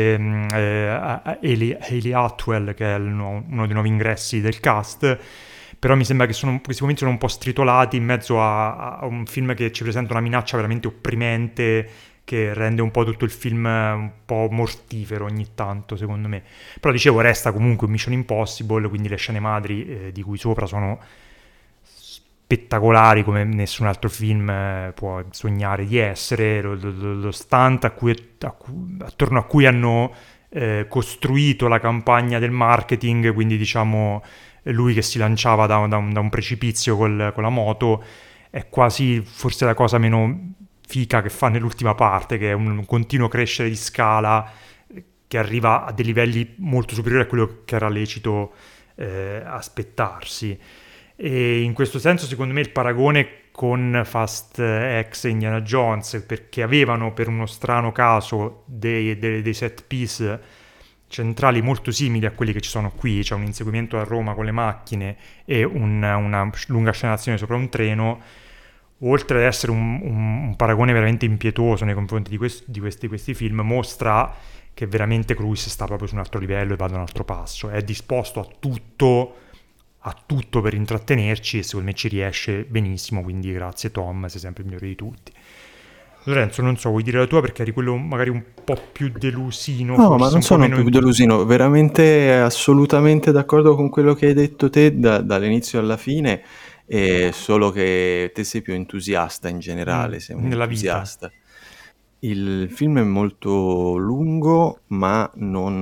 e Hayley Atwell, che è uno dei nuovi ingressi del cast, però mi sembra che questi momenti sono un po' stritolati in mezzo a un film che ci presenta una minaccia veramente opprimente, che rende un po' tutto il film un po' mortifero ogni tanto, secondo me. Però dicevo, resta comunque un Mission Impossible, quindi le scene madri di cui sopra sono spettacolari come nessun altro film può sognare di essere. Lo stunt attorno a cui hanno costruito la campagna del marketing, quindi diciamo lui che si lanciava da un precipizio con la moto, è quasi forse la cosa meno fica che fa nell'ultima parte, che è un continuo crescere di scala che arriva a dei livelli molto superiori a quello che era lecito aspettarsi. E in questo senso secondo me il paragone con Fast X e Indiana Jones, perché avevano per uno strano caso dei set piece centrali molto simili a quelli che ci sono qui, c'è un inseguimento a Roma con le macchine e una lunga scena d'azione sopra un treno, oltre ad essere un paragone veramente impietoso nei confronti di questi film, mostra che veramente Cruise sta proprio su un altro livello e va da un altro passo, è disposto a tutto per intrattenerci e secondo me ci riesce benissimo, quindi grazie Tom, sei sempre il migliore di tutti. Lorenzo, non so, vuoi dire la tua perché eri quello magari un po' più delusino? No, forse ma non un po' sono meno più delusino, veramente assolutamente d'accordo con quello che hai detto te dall'inizio alla fine, solo che te sei più entusiasta in generale, sei un nella vita. entusiasta. Il film è molto lungo, ma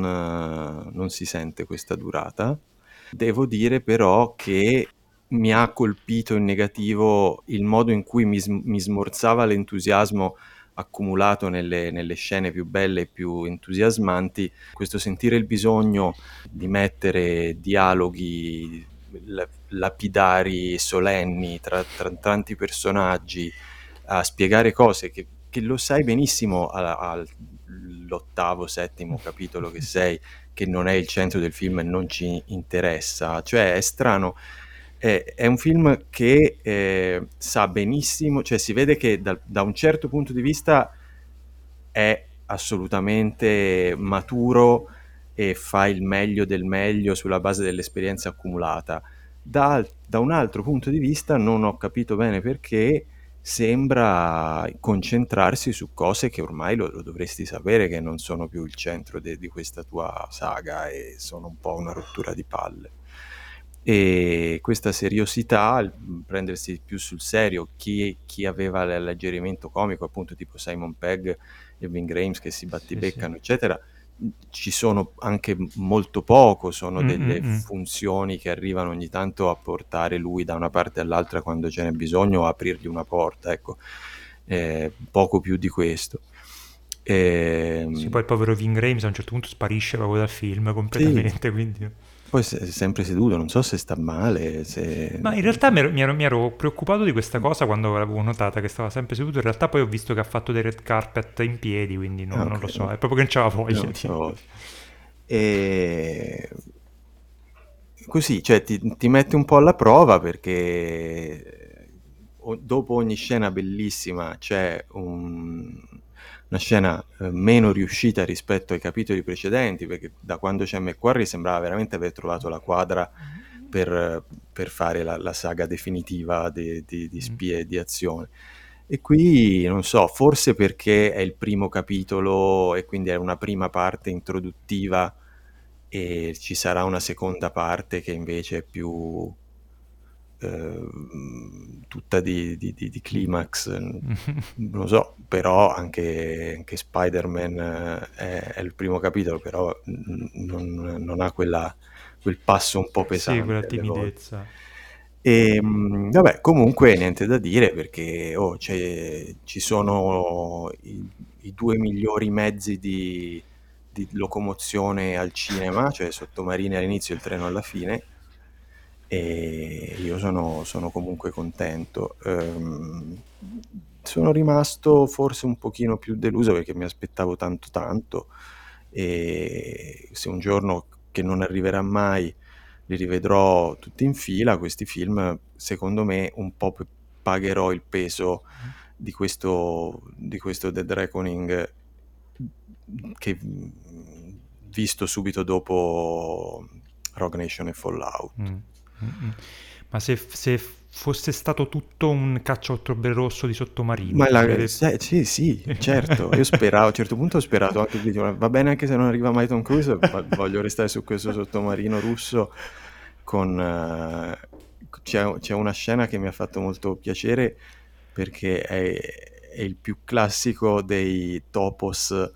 non si sente questa durata. Devo dire però che mi ha colpito in negativo il modo in cui mi smorzava l'entusiasmo accumulato nelle scene più belle e più entusiasmanti, questo sentire il bisogno di mettere dialoghi lapidari, solenni tra tanti personaggi, a spiegare cose che lo sai benissimo all'ottavo, settimo capitolo che sei, che non è il centro del film e non ci interessa. Cioè è strano, è un film che sa benissimo, cioè si vede che da un certo punto di vista è assolutamente maturo e fa il meglio del meglio sulla base dell'esperienza accumulata. Da un altro punto di vista non ho capito bene perché sembra concentrarsi su cose che ormai lo dovresti sapere che non sono più il centro di questa tua saga e sono un po' una rottura di palle. E questa seriosità, prendersi più sul serio, chi aveva l'alleggerimento comico, appunto tipo Simon Pegg e Ving Rhames che si battibeccano, eccetera, ci sono anche molto poco, sono delle funzioni che arrivano ogni tanto a portare lui da una parte all'altra quando ce n'è bisogno o aprirgli una porta, ecco, poco più di questo. Sì, poi il povero Ving Rhames a un certo punto sparisce proprio dal film completamente, sì. quindi... Poi è sempre seduto, non so se sta male. Ma in realtà mi ero preoccupato di questa cosa quando l'avevo notata che stava sempre seduto. In realtà poi ho visto che ha fatto dei red carpet in piedi, quindi non lo so, è proprio che non c'aveva voglia. Non c'aveva voglia. E così, cioè ti metti un po' alla prova perché dopo ogni scena bellissima c'è una scena meno riuscita rispetto ai capitoli precedenti, perché da quando c'è McQuarrie sembrava veramente aver trovato la quadra per fare la saga definitiva di spie e di azione. E qui, non so, forse perché è il primo capitolo e quindi è una prima parte introduttiva e ci sarà una seconda parte che invece è più tutta di climax, non lo so, però anche Spider-Man è il primo capitolo, però non ha quel passo un po' pesante. Sì, quella timidezza. E vabbè, comunque niente da dire perché ci sono i due migliori mezzi di locomozione al cinema, cioè sottomarini all'inizio e il treno alla fine, e io sono comunque contento. Sono rimasto forse un pochino più deluso perché mi aspettavo tanto, e se un giorno, che non arriverà mai, li rivedrò tutti in fila questi film, secondo me un po' pagherò il peso di questo Dead Reckoning, che visto subito dopo Rogue Nation e Fallout. Ma se fosse stato tutto un caccia a ottobre rosso di Sottomarino, Ma sì, certo. Io speravo, a un certo punto ho sperato anche di dire, va bene anche se non arriva mai Tom Cruise, voglio restare su questo sottomarino russo con... c'è una scena che mi ha fatto molto piacere perché è il più classico dei topos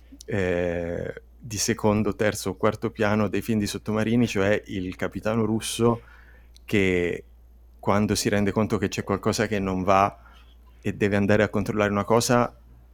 di secondo, terzo o quarto piano dei film di sottomarini, cioè il capitano russo che quando si rende conto che c'è qualcosa che non va e deve andare a controllare una cosa,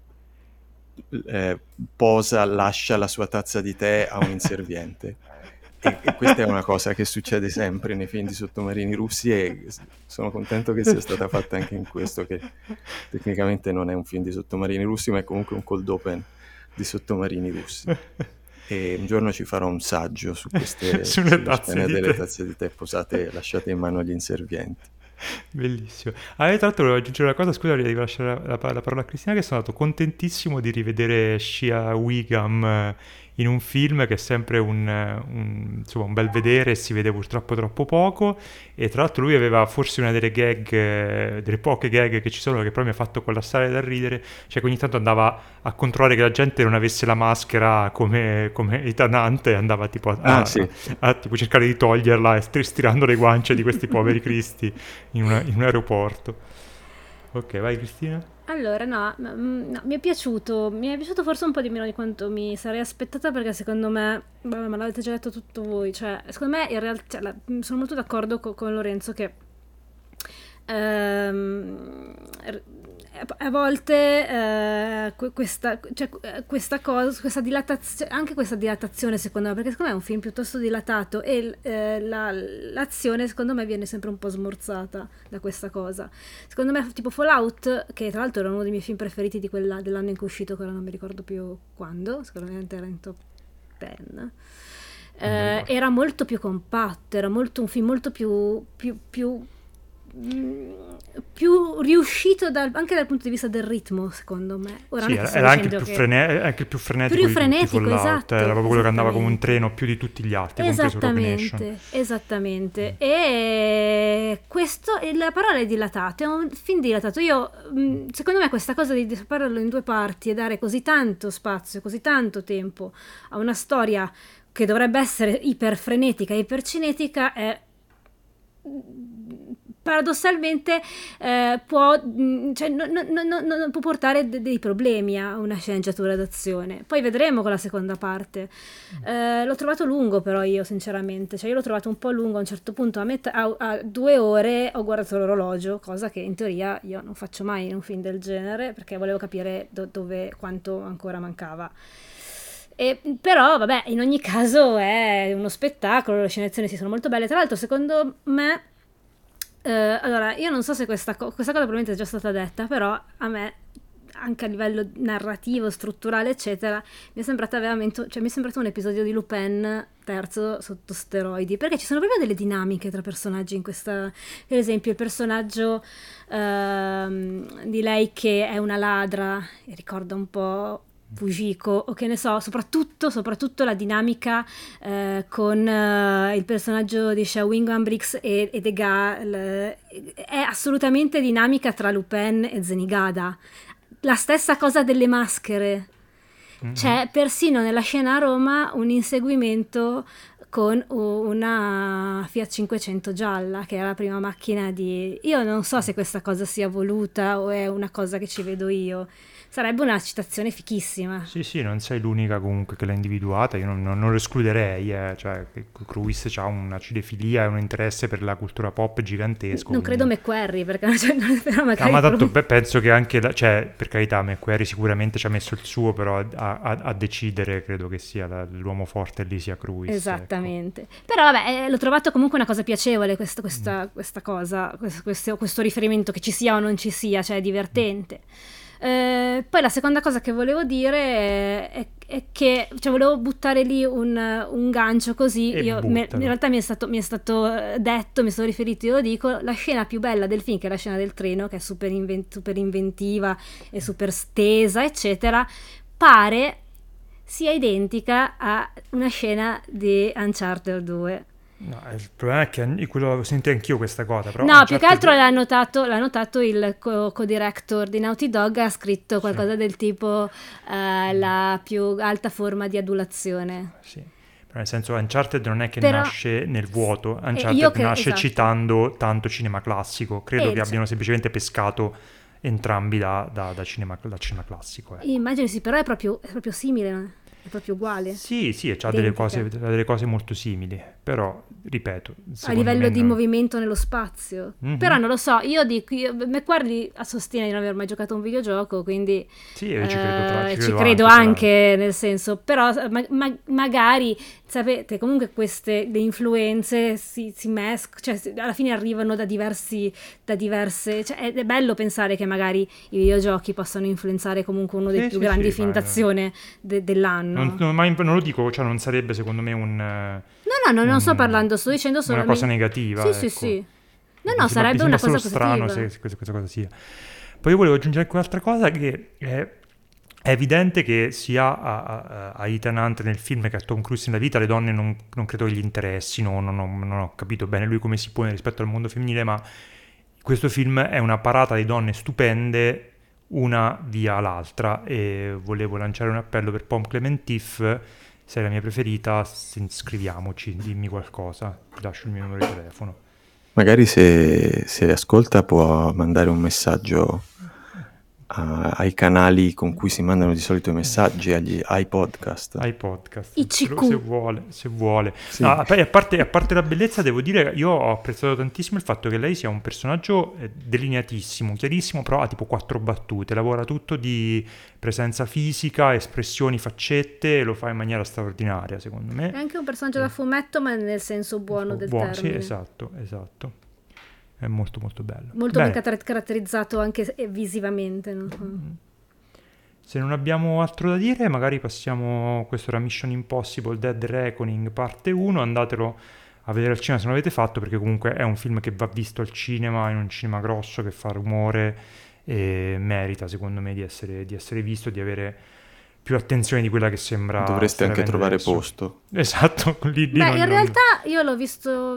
lascia la sua tazza di tè a un inserviente. E questa è una cosa che succede sempre nei film di sottomarini russi e sono contento che sia stata fatta anche in questo, che tecnicamente non è un film di sottomarini russi, ma è comunque un cold open di sottomarini russi. e un giorno ci farò un saggio su queste sulle tazze di delle tè. tazze di tè posate, lasciate in mano agli inservienti. Bellissimo. Tra l'altro volevo aggiungere una cosa, scusa, devo lasciare la parola a Cristina, che sono stato contentissimo di rivedere Shia Wiggum in un film che è sempre insomma, un bel vedere e si vede purtroppo troppo poco, e tra l'altro lui aveva forse una delle gag, delle poche gag che ci sono, che poi mi ha fatto collassare dal ridere, cioè che ogni tanto andava a controllare che la gente non avesse la maschera come ritanante, e andava tipo Sì. a tipo cercare di toglierla e stirando le guance di questi poveri cristi in un aeroporto. Ok, vai Cristina. Allora, no, mi è piaciuto forse un po' di meno di quanto mi sarei aspettata, perché secondo me, vabbè, me l'avete già detto tutto voi, cioè, secondo me in realtà, sono molto d'accordo con Lorenzo che a volte questa cosa, questa dilatazione, anche questa dilatazione secondo me, perché secondo me è un film piuttosto dilatato e l'azione secondo me viene sempre un po' smorzata da questa cosa. Secondo me tipo Fallout, che tra l'altro era uno dei miei film preferiti dell'anno in cui è uscito, che ora non mi ricordo più quando, sicuramente era in top 10, era molto più compatto, era un film molto più riuscito anche dal punto di vista del ritmo, secondo me. Ora sì, era anche più frenetico di tutti Fallout, esatto, era proprio quello che andava come un treno più di tutti gli altri, esattamente. E questo, la parola è dilatato, è un film dilatato. Io secondo me questa cosa di separarlo in due parti e dare così tanto spazio, così tanto tempo a una storia che dovrebbe essere iperfrenetica, ipercinetica, è paradossalmente può portare dei problemi a una sceneggiatura d'azione. Poi vedremo con la seconda parte. L'ho trovato lungo, però io sinceramente, cioè io l'ho trovato un po' lungo. A un certo punto a 2 ore ho guardato l'orologio, cosa che in teoria io non faccio mai in un film del genere, perché volevo capire quanto ancora mancava. Però vabbè, in ogni caso è uno spettacolo, le scene d'azione si sono molto belle. Tra l'altro secondo me allora io non so se questa cosa probabilmente è già stata detta, però a me anche a livello narrativo, strutturale eccetera mi è sembrato veramente, cioè mi è sembrato un episodio di Lupin terzo sotto steroidi, perché ci sono proprio delle dinamiche tra personaggi in questa. Per esempio il personaggio di lei che è una ladra e ricorda un po' Fujiko, o che ne so, soprattutto la dinamica con il personaggio di Shia Wiggum Briggs e Degas è assolutamente dinamica tra Lupin e Zenigata. La stessa cosa delle maschere, c'è persino nella scena a Roma un inseguimento con una Fiat 500 gialla, che è la prima macchina io non so se questa cosa sia voluta o è una cosa che ci vedo io. Sarebbe una citazione fichissima. Sì, non sei l'unica comunque che l'ha individuata, io non lo escluderei, cioè Cruise ha una cinefilia e un interesse per la cultura pop gigantesco. Non credo McQuarrie, perché però magari ma tanto penso che anche, cioè per carità McQuarrie sicuramente ci ha messo il suo, però a decidere credo che sia l'uomo forte lì sia Cruise. Esattamente. Ecco. Però vabbè, l'ho trovato comunque una cosa piacevole questa cosa, questo riferimento, che ci sia o non ci sia, cioè è divertente. Poi la seconda cosa che volevo dire è che, cioè, volevo buttare lì un gancio così. In realtà mi è stato detto, mi sono riferito, io lo dico, la scena più bella del film, che è la scena del treno, che è super inventiva e super stesa eccetera, pare sia identica a una scena di Uncharted 2. No, il problema è che quello senti anch'io questa cosa, però no, più che altro l'ha notato il co-director di Naughty Dog, ha scritto qualcosa del tipo la più alta forma di adulazione. Sì, però nel senso Uncharted non è che nasce nel vuoto, Uncharted nasce citando tanto cinema classico, credo che abbiano semplicemente pescato entrambi da cinema classico. Immagino sì, però è proprio simile. È proprio uguale. Sì, c'ha delle cose molto simili, però, ripeto, a livello di movimento nello spazio. Però non lo so, McQuarrie sostiene di non aver mai giocato un videogioco, quindi sì, ci credo anche, nel senso, però magari, sapete, comunque le influenze si mescolano, cioè alla fine arrivano da diverse, cioè è bello pensare che magari i videogiochi possano influenzare comunque uno dei più grandi film d'azione dell'anno. fanno. Non lo dico, cioè non sarebbe secondo me Non sto parlando, sto dicendo solo una cosa negativa. Sì. No, Mi sarebbe sembra una solo cosa strano positiva. se questa cosa sia. Poi io volevo aggiungere anche un'altra cosa, che è evidente che sia a Ethan Hunt nel film che a Tom Cruise nella vita le donne non credo che gli interessino, non ho capito bene lui come si pone rispetto al mondo femminile, ma questo film è una parata di donne stupende, una via l'altra, e volevo lanciare un appello per Pom Clementif. Sei la mia preferita, scriviamoci, dimmi qualcosa, ti lascio il mio numero di telefono. Magari se ascolta può mandare un messaggio ai canali con cui si mandano di solito i messaggi, ai podcast. ICQ. Se vuole. Sì. No, a parte la bellezza, devo dire, io ho apprezzato tantissimo il fatto che lei sia un personaggio delineatissimo, chiarissimo, però ha tipo 4 battute, lavora tutto di presenza fisica, espressioni, faccette, e lo fa in maniera straordinaria, secondo me. È anche un personaggio da fumetto, ma nel senso buono del termine. Sì, esatto. È molto molto bello. Molto ben caratterizzato anche visivamente. No? Se non abbiamo altro da dire, magari passiamo. Questo era Mission Impossible Dead Reckoning parte 1. Andatelo a vedere al cinema se non l'avete fatto, perché comunque è un film che va visto al cinema, in un cinema grosso, che fa rumore, e merita secondo me di essere visto, di avere più attenzione di quella che sembra. Dovreste anche trovare adesso. Posto. Esatto. In realtà io l'ho visto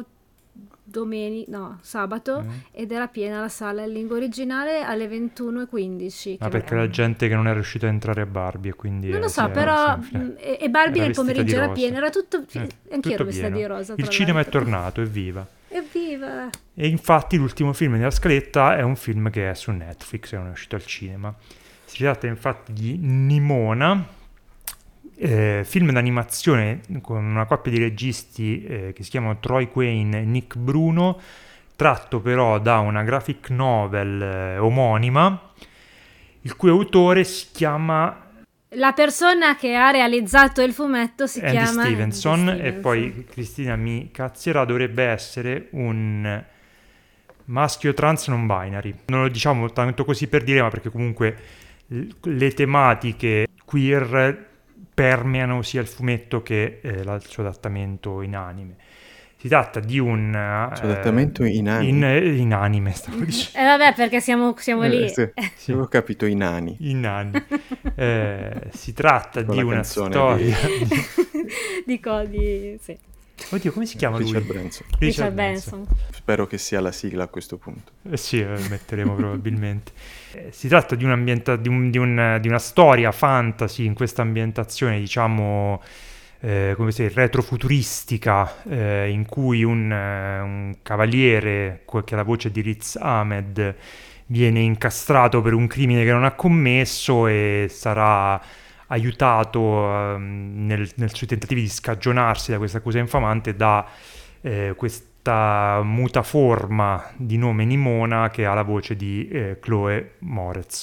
sabato, ed era piena la sala in lingua originale alle 21:15. Ma perché la gente che non è riuscita a entrare a Barbie, e quindi non lo so, però e Barbie nel pomeriggio era piena, era tutto anch'io ero vestita di rosa. Il cinema è tornato, evviva. Evviva! E infatti l'ultimo film della scaletta è un film che è su Netflix e non è uscito al cinema. Si tratta infatti di Nimona, film d'animazione con una coppia di registi che si chiamano Troy Quane e Nick Bruno, tratto però da una graphic novel omonima, il cui autore si chiama... La persona che ha realizzato il fumetto si Andy chiama Stevenson, e poi Cristina mi cazzierà, dovrebbe essere un maschio trans non binary. Non lo diciamo tanto così per dire, ma perché comunque le tematiche queer permeano sia il fumetto che il suo adattamento in anime. Si tratta di un adattamento in anime, stavo dicendo. Vabbè, perché siamo lì. Sì. Ho capito in anni. Si tratta di una storia di codi, sì. Oddio, come si chiama Richard lui? Branson. Richard Branson. Spero che sia la sigla a questo punto. Sì, metteremo probabilmente. Si tratta di una storia fantasy in questa ambientazione, diciamo, come si dice, retrofuturistica, in cui un cavaliere, che ha la voce di Riz Ahmed, viene incastrato per un crimine che non ha commesso e sarà aiutato nel suoi tentativi di scagionarsi da questa accusa infamante da questa mutaforma di nome Nimona, che ha la voce di Chloe Moretz.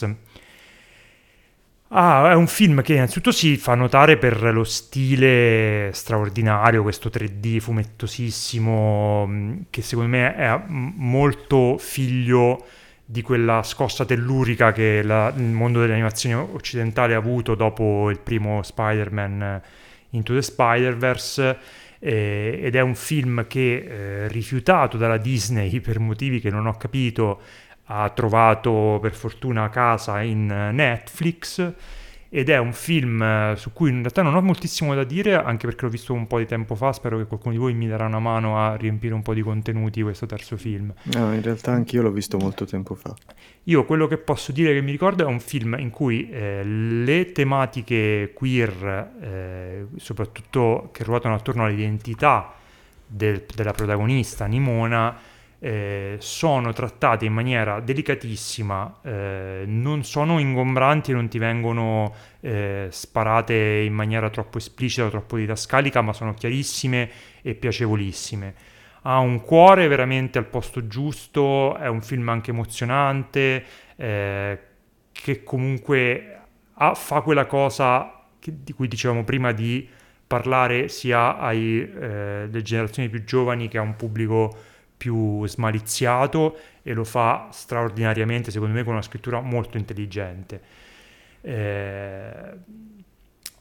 È un film che innanzitutto si fa notare per lo stile straordinario, questo 3D fumettosissimo, che secondo me è molto figlio di quella scossa tellurica che il mondo delle animazioni occidentali ha avuto dopo il primo Spider-Man Into the Spider-Verse, ed è un film che, rifiutato dalla Disney per motivi che non ho capito, ha trovato per fortuna casa in Netflix, ed è un film su cui in realtà non ho moltissimo da dire, anche perché l'ho visto un po' di tempo fa. Spero che qualcuno di voi mi darà una mano a riempire un po' di contenuti questo terzo film. No, in realtà anch'io l'ho visto molto tempo fa. Io quello che posso dire che mi ricordo è un film in cui le tematiche queer, soprattutto che ruotano attorno all'identità della protagonista Nimona, sono trattate in maniera delicatissima, non sono ingombranti e non ti vengono sparate in maniera troppo esplicita o troppo didascalica, ma sono chiarissime e piacevolissime. Ha un cuore veramente al posto giusto, è un film anche emozionante, che comunque fa quella cosa di cui dicevamo prima, di parlare sia alle generazioni più giovani che a un pubblico più smaliziato, e lo fa straordinariamente, secondo me, con una scrittura molto intelligente.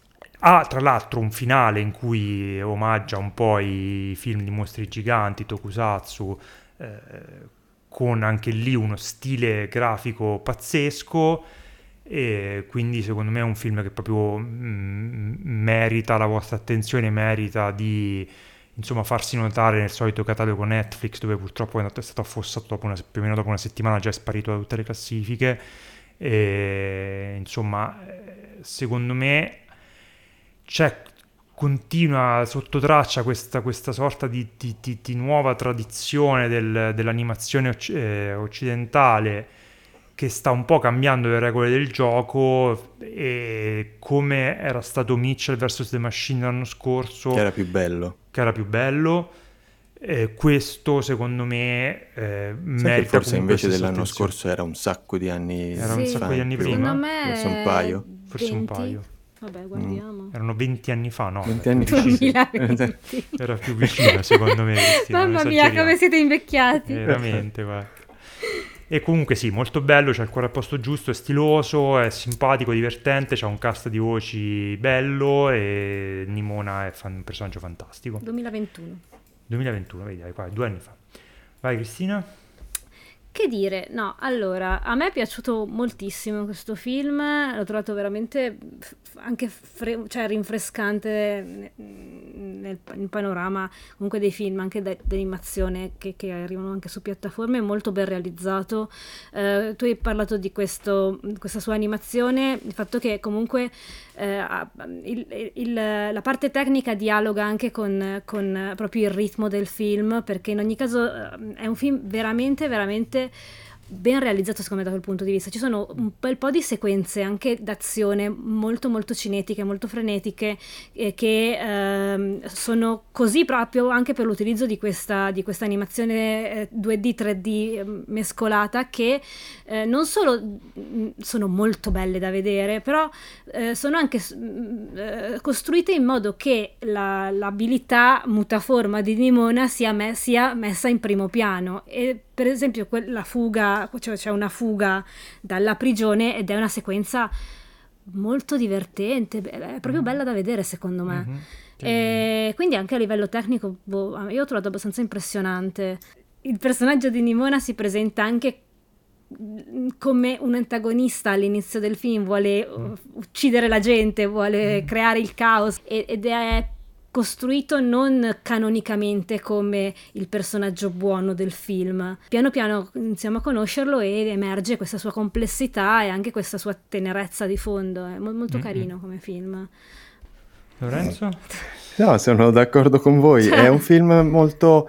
Ha tra l'altro un finale in cui omaggia un po' i film di mostri giganti, Tokusatsu, con anche lì uno stile grafico pazzesco, e quindi secondo me è un film che proprio merita la vostra attenzione, merita di insomma farsi notare nel solito catalogo Netflix, dove purtroppo è stato affossato più o meno dopo una settimana, già è sparito da tutte le classifiche. E, insomma, secondo me continua sotto traccia questa sorta di nuova tradizione dell'animazione occidentale, che sta un po' cambiando le regole del gioco, e come era stato Mitchell vs The Machine l'anno scorso, Che era più bello. Questo secondo me Sai che merita forse comunque invece stessa dell'anno attenzione. scorso era un sacco di anni Era un sacco di anni prima? Secondo me Forse un paio. Forse un 20. paio. Vabbè, guardiamo. Erano 20 anni fa, no? 20 anni fa. 2020. Era più vicina, secondo me, Cristina, non Mamma mia, esageriamo. come siete invecchiati. Veramente, guarda. E comunque sì, molto bello, c'è il cuore al posto giusto, è stiloso, è simpatico, divertente, c'ha un cast di voci bello, e Nimona è un personaggio fantastico. 2021. 2021, vedi, qua, 2 anni fa. Vai Cristina. Che dire, no, allora, a me è piaciuto moltissimo questo film, l'ho trovato veramente anche cioè rinfrescante nel panorama comunque dei film, anche d'animazione che arrivano anche su piattaforme, molto ben realizzato. Tu hai parlato di questa sua animazione, il fatto che comunque la parte tecnica dialoga anche con proprio il ritmo del film, perché in ogni caso è un film veramente veramente ben realizzato secondo me da quel punto di vista. Ci sono un bel po' di sequenze anche d'azione molto molto cinetiche, molto frenetiche, che sono così proprio anche per l'utilizzo di questa animazione 2D 3D mescolata, che non solo sono molto belle da vedere, però sono anche costruite in modo che l'abilità mutaforma di Nimona sia messa in primo piano. E per esempio la fuga, cioè c'è una fuga dalla prigione ed è una sequenza molto divertente, è proprio bella da vedere secondo me. E quindi anche a livello tecnico io ho trovato abbastanza impressionante. Il personaggio di Nimona si presenta anche come un antagonista all'inizio del film, vuole uccidere la gente, vuole creare il caos, ed è costruito non canonicamente come il personaggio buono del film. Piano piano iniziamo a conoscerlo e emerge questa sua complessità e anche questa sua tenerezza di fondo. È molto carino come film. Lorenzo? No, sono d'accordo con voi. È un film molto...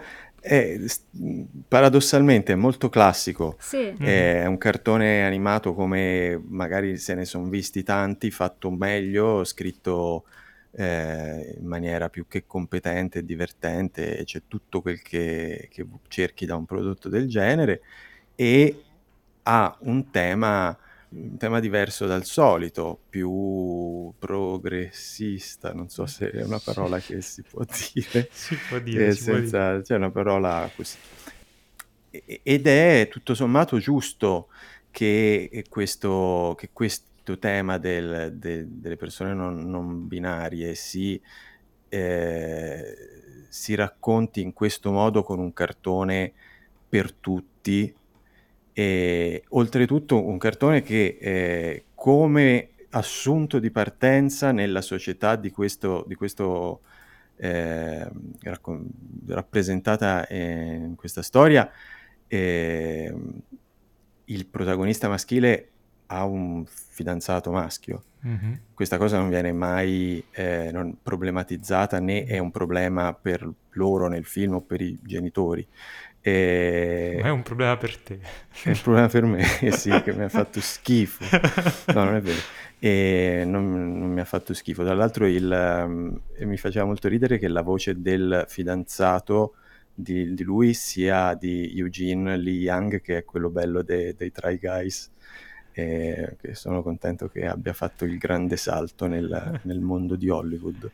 paradossalmente è molto classico. Sì. È un cartone animato come magari se ne sono visti tanti, fatto meglio, scritto in maniera più che competente e divertente, c'è tutto quel che cerchi da un prodotto del genere, e ha un tema diverso dal solito, più progressista, non so se è una parola che si può dire. Si può dire, C'è una parola così. Ed è tutto sommato giusto che questo tema delle persone non binarie si racconti in questo modo, con un cartone per tutti, e oltretutto un cartone che come assunto di partenza nella società di questo rappresentata in questa storia, il protagonista maschile ha un fidanzato maschio. Questa cosa non viene mai problematizzata, né è un problema per loro nel film o per i genitori. Ma è un problema per te. È un problema per me, sì, che mi ha fatto schifo. No, non è vero. E non mi ha fatto schifo. Tra l'altro mi faceva molto ridere che la voce del fidanzato di lui sia di Eugene Lee Young, che è quello bello dei Try Guys, che sono contento che abbia fatto il grande salto nel mondo di Hollywood.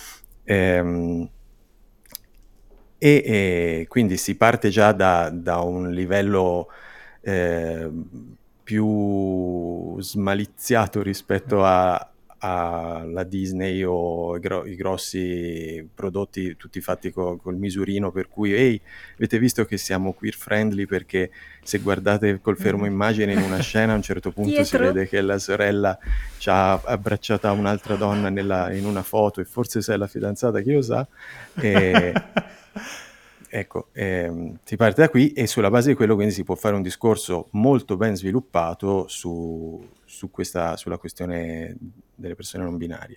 E quindi si parte già da un livello più smaliziato rispetto alla Disney o i grossi prodotti tutti fatti col misurino, per cui ehi, avete visto che siamo queer friendly, perché se guardate col fermo immagine in una scena a un certo punto si vede che la sorella ci ha abbracciata un'altra donna in una foto e forse sei la fidanzata, chi lo sa. Ecco, si parte da qui e sulla base di quello quindi si può fare un discorso molto ben sviluppato sulla questione delle persone non binarie.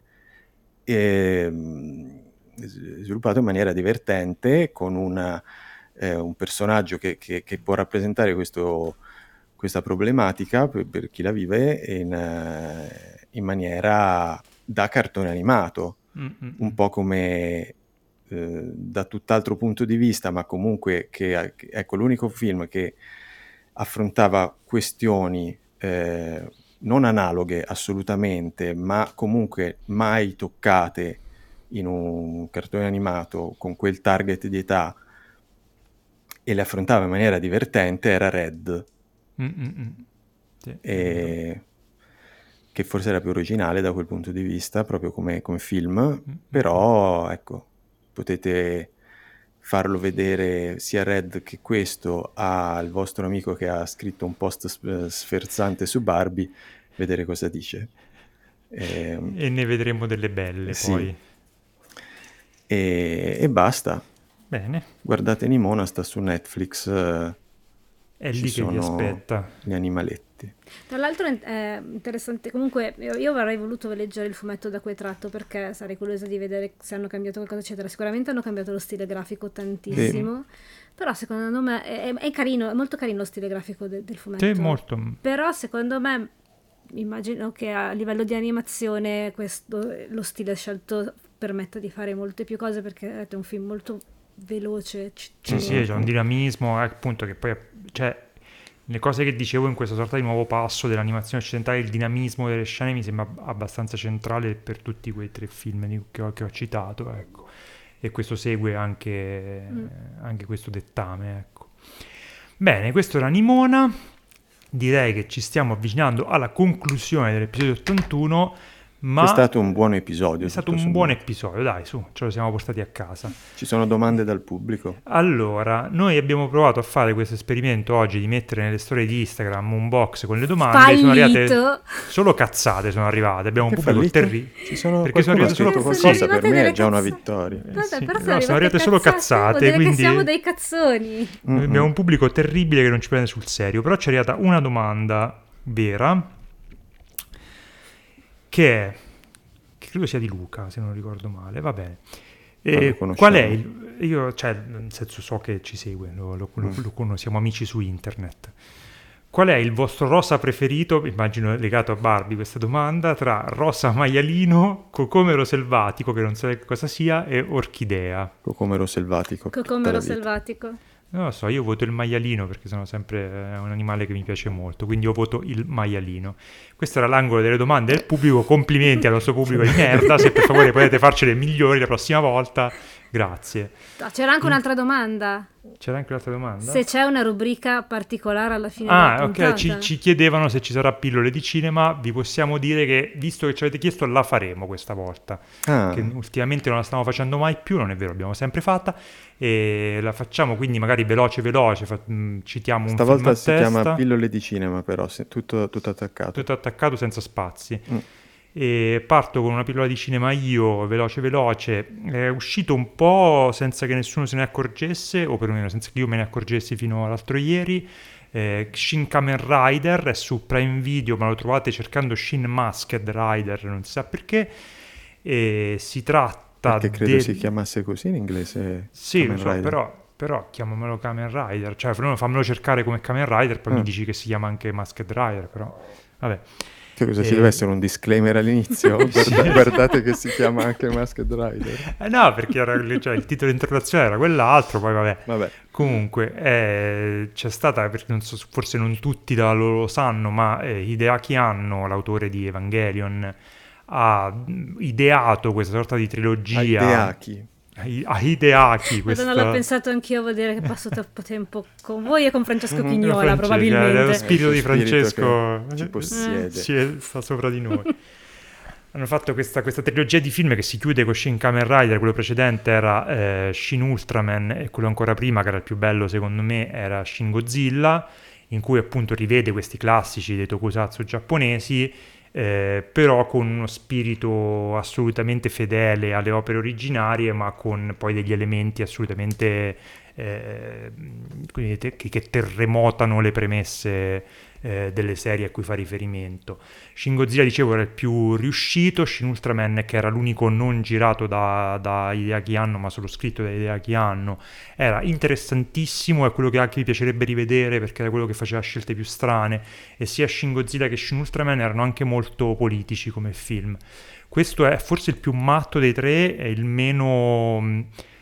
Sviluppato in maniera divertente, con un personaggio che può rappresentare questa problematica per chi la vive in maniera da cartone animato, un po' come... da tutt'altro punto di vista, ma comunque ecco, l'unico film che affrontava questioni non analoghe assolutamente, ma comunque mai toccate in un cartone animato con quel target di età, e le affrontava in maniera divertente, era Red. Sì. Che forse era più originale da quel punto di vista, proprio come film, però ecco, potete farlo vedere sia Red che questo al vostro amico che ha scritto un post sferzante su Barbie, vedere cosa dice. E ne vedremo delle belle, sì. Poi. E basta. Bene. Guardate Nimona, sta su Netflix. È lì che vi aspetta. Gli animaletti. Tra l'altro è interessante, comunque io avrei voluto leggere il fumetto da cui è tratto, perché sarei curiosa di vedere se hanno cambiato qualcosa eccetera. Sicuramente hanno cambiato lo stile grafico tantissimo, però secondo me è carino, è molto carino lo stile grafico del fumetto. Sì, molto. Però secondo me, immagino che a livello di animazione lo stile scelto permetta di fare molte più cose, perché è un film molto veloce. Sì, c'è un dinamismo, appunto, che poi cioè le cose che dicevo in questa sorta di nuovo passo dell'animazione occidentale, il dinamismo delle scene mi sembra abbastanza centrale per tutti quei 3 film che ho citato, ecco. E questo segue anche questo dettame, ecco. Bene, questo era Nimona. Direi che ci stiamo avvicinando alla conclusione dell'episodio 81. Ma è stato un buon episodio. È stato un buon episodio, dai, su, ce lo siamo portati a casa. Ci sono domande dal pubblico? Allora, noi abbiamo provato a fare questo esperimento oggi di mettere nelle storie di Instagram un box con le domande. Fallito. Sono arrivate solo cazzate, sono arrivate. Abbiamo un pubblico terribile. Perché sono arrivate solo qualcosa, per me è già una vittoria. Sono arrivate solo cazzate, quindi siamo dei cazzoni. Abbiamo un pubblico terribile che non ci prende sul serio, però ci è arrivata una domanda vera, che credo sia di Luca, se non ricordo male, va bene. Qual è io, cioè, nel senso, so che ci segue, lo siamo amici su internet. Qual è il vostro rosa preferito, immagino legato a Barbie questa domanda, tra rosa maialino, cocomero selvatico, che non so cosa sia, e orchidea? Cocomero selvatico. Cocomero selvatico. Non lo so, io voto il maialino perché sono sempre un animale che mi piace molto, quindi io voto il maialino. Questo era l'angolo delle domande del pubblico. Complimenti al nostro pubblico di merda, se per favore potete farcele migliori la prossima volta, grazie. C'era anche un'altra domanda. C'era anche un'altra domanda? Se c'è una rubrica particolare alla fine della puntata. Ok, ci chiedevano se ci sarà pillole di cinema. Vi possiamo dire che, visto che ci avete chiesto, la faremo questa volta, che ultimamente non la stiamo facendo mai più, non è vero, l'abbiamo sempre fatta, e la facciamo quindi magari veloce, citiamo un stavolta film a si testa. Chiama pillole di cinema, però tutto attaccato senza spazi. E parto con una pillola di cinema io, veloce. È uscito un po' senza che nessuno se ne accorgesse, o perlomeno senza che io me ne accorgessi fino all'altro ieri. Shin Kamen Rider è su Prime Video, ma lo trovate cercando Shin Masked Rider, non si sa perché. E si tratta perché credo si chiamasse così in inglese. Sì, lo so, però chiamamelo Kamen Rider, cioè fammelo cercare come Kamen Rider, poi mi dici che si chiama anche Masked Rider, però vabbè. Cosa ci deve essere un disclaimer all'inizio? Guardate che si chiama anche Masked Rider. No, perché il titolo di introduzione era quell'altro, poi vabbè. Comunque c'è stata, perché non so, forse non tutti lo sanno, ma Hideaki Anno, l'autore di Evangelion, ha ideato questa sorta di trilogia. Hideaki questo... Non l'ho pensato anch'io, vuol dire che passo troppo tempo con voi e con Francesco Chignola, probabilmente. Lo spirito di Francesco ci possiede. Sta sopra di noi. hanno fatto questa trilogia di film che si chiude con Shin Kamen Rider. Quello precedente era Shin Ultraman, e quello ancora prima, che era il più bello secondo me, era Shin Godzilla, in cui appunto rivede questi classici dei tokusatsu giapponesi, però con uno spirito assolutamente fedele alle opere originarie, ma con poi degli elementi assolutamente che terremotano le premesse delle serie a cui fa riferimento. Shin Godzilla, dicevo, era il più riuscito. Shin Ultraman, che era l'unico non girato da Hideaki Anno ma solo scritto da Hideaki Anno, era interessantissimo, è quello che anche mi piacerebbe rivedere perché era quello che faceva scelte più strane, e sia Shin Godzilla che Shin Ultraman erano anche molto politici come film. Questo è forse il più matto dei tre, è il meno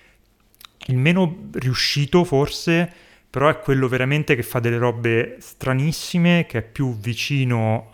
riuscito forse, però è quello veramente che fa delle robe stranissime, che è più vicino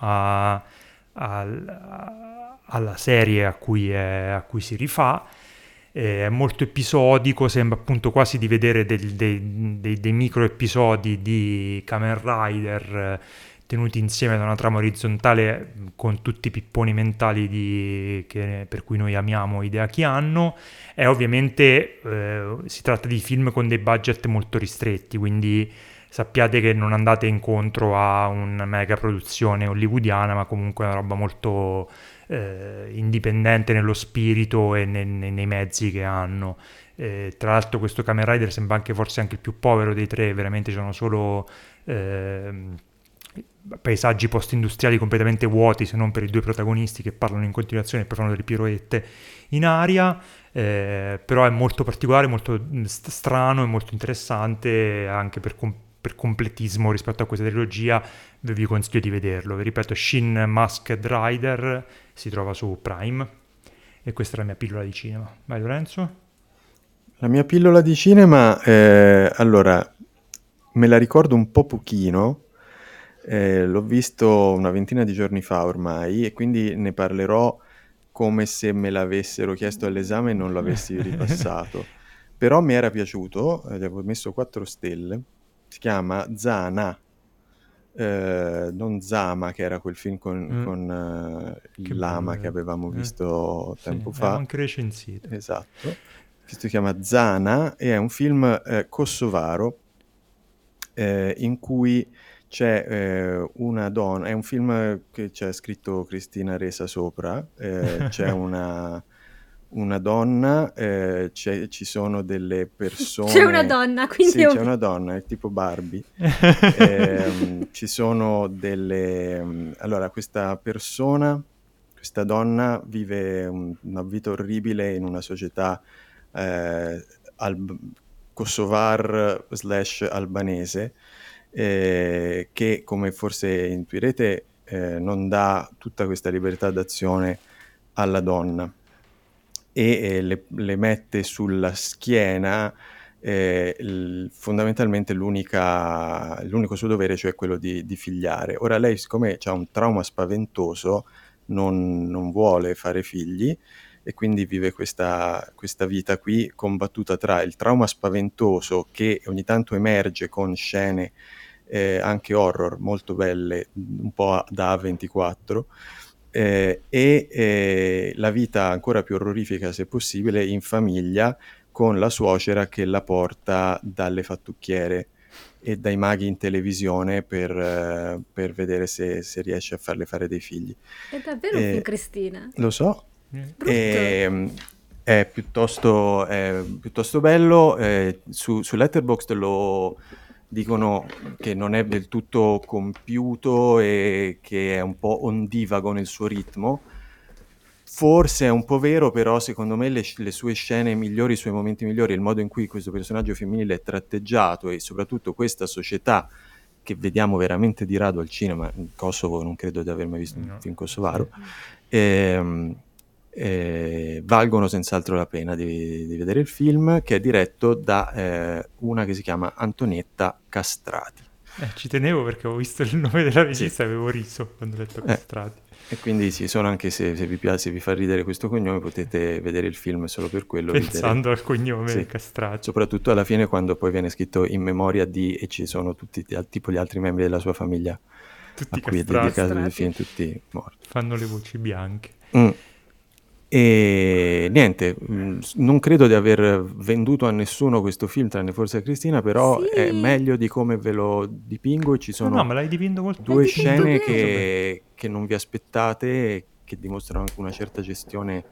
alla serie a cui si rifà. È molto episodico, sembra appunto quasi di vedere dei micro episodi di Kamen Rider tenuti insieme da una trama orizzontale, con tutti i pipponi mentali per cui noi amiamo Hideaki Anno. E ovviamente si tratta di film con dei budget molto ristretti, quindi sappiate che non andate incontro a una mega produzione hollywoodiana, ma comunque una roba molto indipendente nello spirito e nei mezzi che hanno. Tra l'altro questo Kamen Rider sembra anche forse anche il più povero dei tre, veramente c'erano solo paesaggi post-industriali completamente vuoti, se non per i due protagonisti che parlano in continuazione e poi fanno delle piroette in aria. Però è molto particolare, molto strano e molto interessante anche per completismo rispetto a questa trilogia. Vi consiglio di vederlo. Vi ripeto, Shin Masked Rider si trova su Prime, e questa è la mia pillola di cinema. Vai Lorenzo? La mia pillola di cinema, allora, me la ricordo un po' pochino, l'ho visto una ventina di giorni fa ormai, e quindi ne parlerò come se me l'avessero chiesto all'esame e non l'avessi ripassato. Però mi era piaciuto, gli avevo messo 4 stelle. Si chiama Zana, non Zama, che era quel film con il lama che avevamo visto tempo fa. Abbiamo anche recensito. Esatto. Questo si chiama Zana e è un film kosovaro in cui c'è una donna, è un film che c'è scritto Cristina Resa sopra, c'è una donna, ci sono delle persone... C'è una donna, quindi... Sì, c'è una donna, è tipo Barbie. Ci sono delle... Allora, questa donna vive una vita orribile in una società kosovar/albanese, che, come forse intuirete, non dà tutta questa libertà d'azione alla donna, e le mette sulla schiena fondamentalmente l'unico suo dovere, cioè quello di figliare. Ora lei, siccome ha un trauma spaventoso, non vuole fare figli, e quindi vive questa vita qui combattuta tra il trauma spaventoso, che ogni tanto emerge con scene anche horror molto belle, un po' da A24, e la vita ancora più orrorifica, se possibile, in famiglia, con la suocera che la porta dalle fattucchiere e dai maghi in televisione per vedere se riesce a farle fare dei figli. È davvero un film, Cristina. Lo so. È piuttosto bello. Su Letterboxd lo dicono che non è del tutto compiuto e che è un po' ondivago nel suo ritmo. Forse è un po' vero, però secondo me le sue scene migliori, i suoi momenti migliori, il modo in cui questo personaggio femminile è tratteggiato, e soprattutto questa società che vediamo veramente di rado al cinema. In Kosovo non credo di aver mai visto un film kosovaro, valgono senz'altro la pena di vedere il film, che è diretto da una che si chiama Antonietta Castrati. Ci tenevo perché ho visto il nome della regista e avevo riso quando ho letto Castrati. E quindi sì, sono anche se vi piace, se vi fa ridere questo cognome, potete vedere il film solo per quello. Pensando al cognome Castrati. Soprattutto alla fine, quando poi viene scritto in memoria di, e ci sono tutti tipo gli altri membri della sua famiglia Tutti a cui è castrati. dedicato il film, tutti morti. Fanno le voci bianche. E niente, non credo di aver venduto a nessuno questo film, tranne forse a Cristina, però Sì. è meglio di come ve lo dipingo. Ci sono No, me l'hai dipinto molto due L'hai dipinto scene bene. che non vi aspettate e che dimostrano anche una certa gestione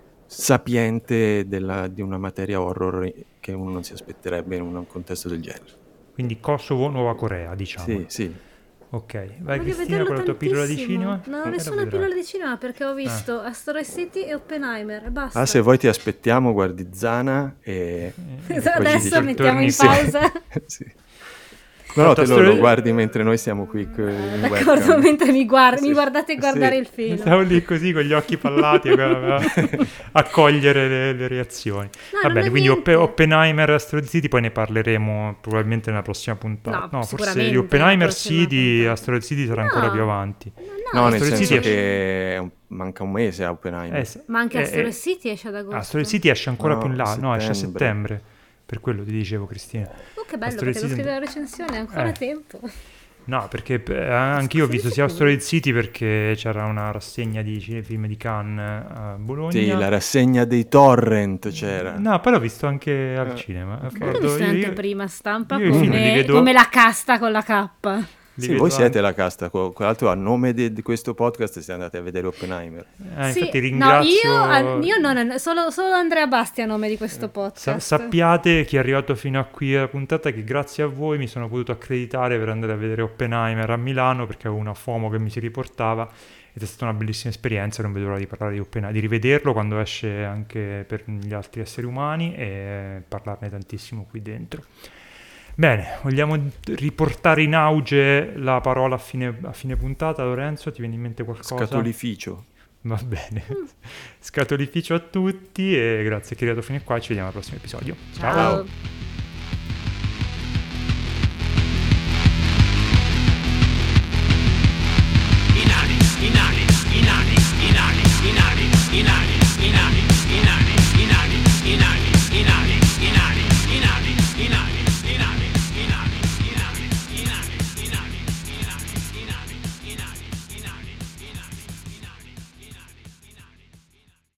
sapiente di una materia horror che uno non si aspetterebbe in un contesto del genere. Quindi Kosovo, Nuova Corea, diciamo. Sì, sì. Ok, vai Voglio Cristina vederlo con la tua pillola di tantissimo. cinema. Non ho Lo nessuna vedrai. pillola di cinema perché ho visto Asteroid City e Oppenheimer e basta. Ah, se vuoi ti aspettiamo, guardi Zana e poi ci Adesso dici- mettiamo in torni pausa. Sì. No, te Storia- lo guardi mentre noi siamo qui in D'accordo, webcam. mentre mi Sì. guardate guardare Sì. il film. Stavo lì così con gli occhi pallati a cogliere le reazioni. No, Va non bene, è quindi niente. Oppenheimer, Asteroid City, poi ne parleremo probabilmente nella prossima puntata. No, No, forse sicuramente di Oppenheimer nella sì, prossima di puntata. Asteroid City sarà No. ancora più avanti. No, nel Asteroid senso City- che manca un mese a Oppenheimer. Ma anche Asteroid City esce ad agosto. Asteroid City esce ancora No, più in là, no, esce a settembre. settembre. Per quello ti dicevo, Cristina. Oh, che bello, Asteroid perché devo City- scrivere la recensione, ancora Eh. tempo. No, perché anch'io ho visto sia sicuro? Asteroid City perché c'era una rassegna di cinefilm di Cannes a Bologna. Sì, la rassegna dei torrent c'era. No, poi l'ho visto anche al cinema. L'ho Guardo, visto in io- anteprima stampa io i film li come, vedo- come la casta con la K. li Sì, vedo voi siete anche. la casta, tra l'altro a nome di questo podcast siete andati a vedere Oppenheimer. Infatti ringrazio... No, io non, solo Andrea Basti a nome di questo podcast. Sappiate chi è arrivato fino a qui alla puntata che grazie a voi mi sono potuto accreditare per andare a vedere Oppenheimer a Milano perché avevo una FOMO che mi si riportava ed è stata una bellissima esperienza, non vedo l'ora di parlare di Oppenheimer, di rivederlo quando esce anche per gli altri esseri umani e parlarne tantissimo qui dentro. Bene, vogliamo riportare in auge la parola a fine puntata, Lorenzo? Ti viene in mente qualcosa? Scatolificio. Va bene. Scatolificio a tutti e grazie che è arrivato fino a qua, ci vediamo al prossimo episodio. Ciao.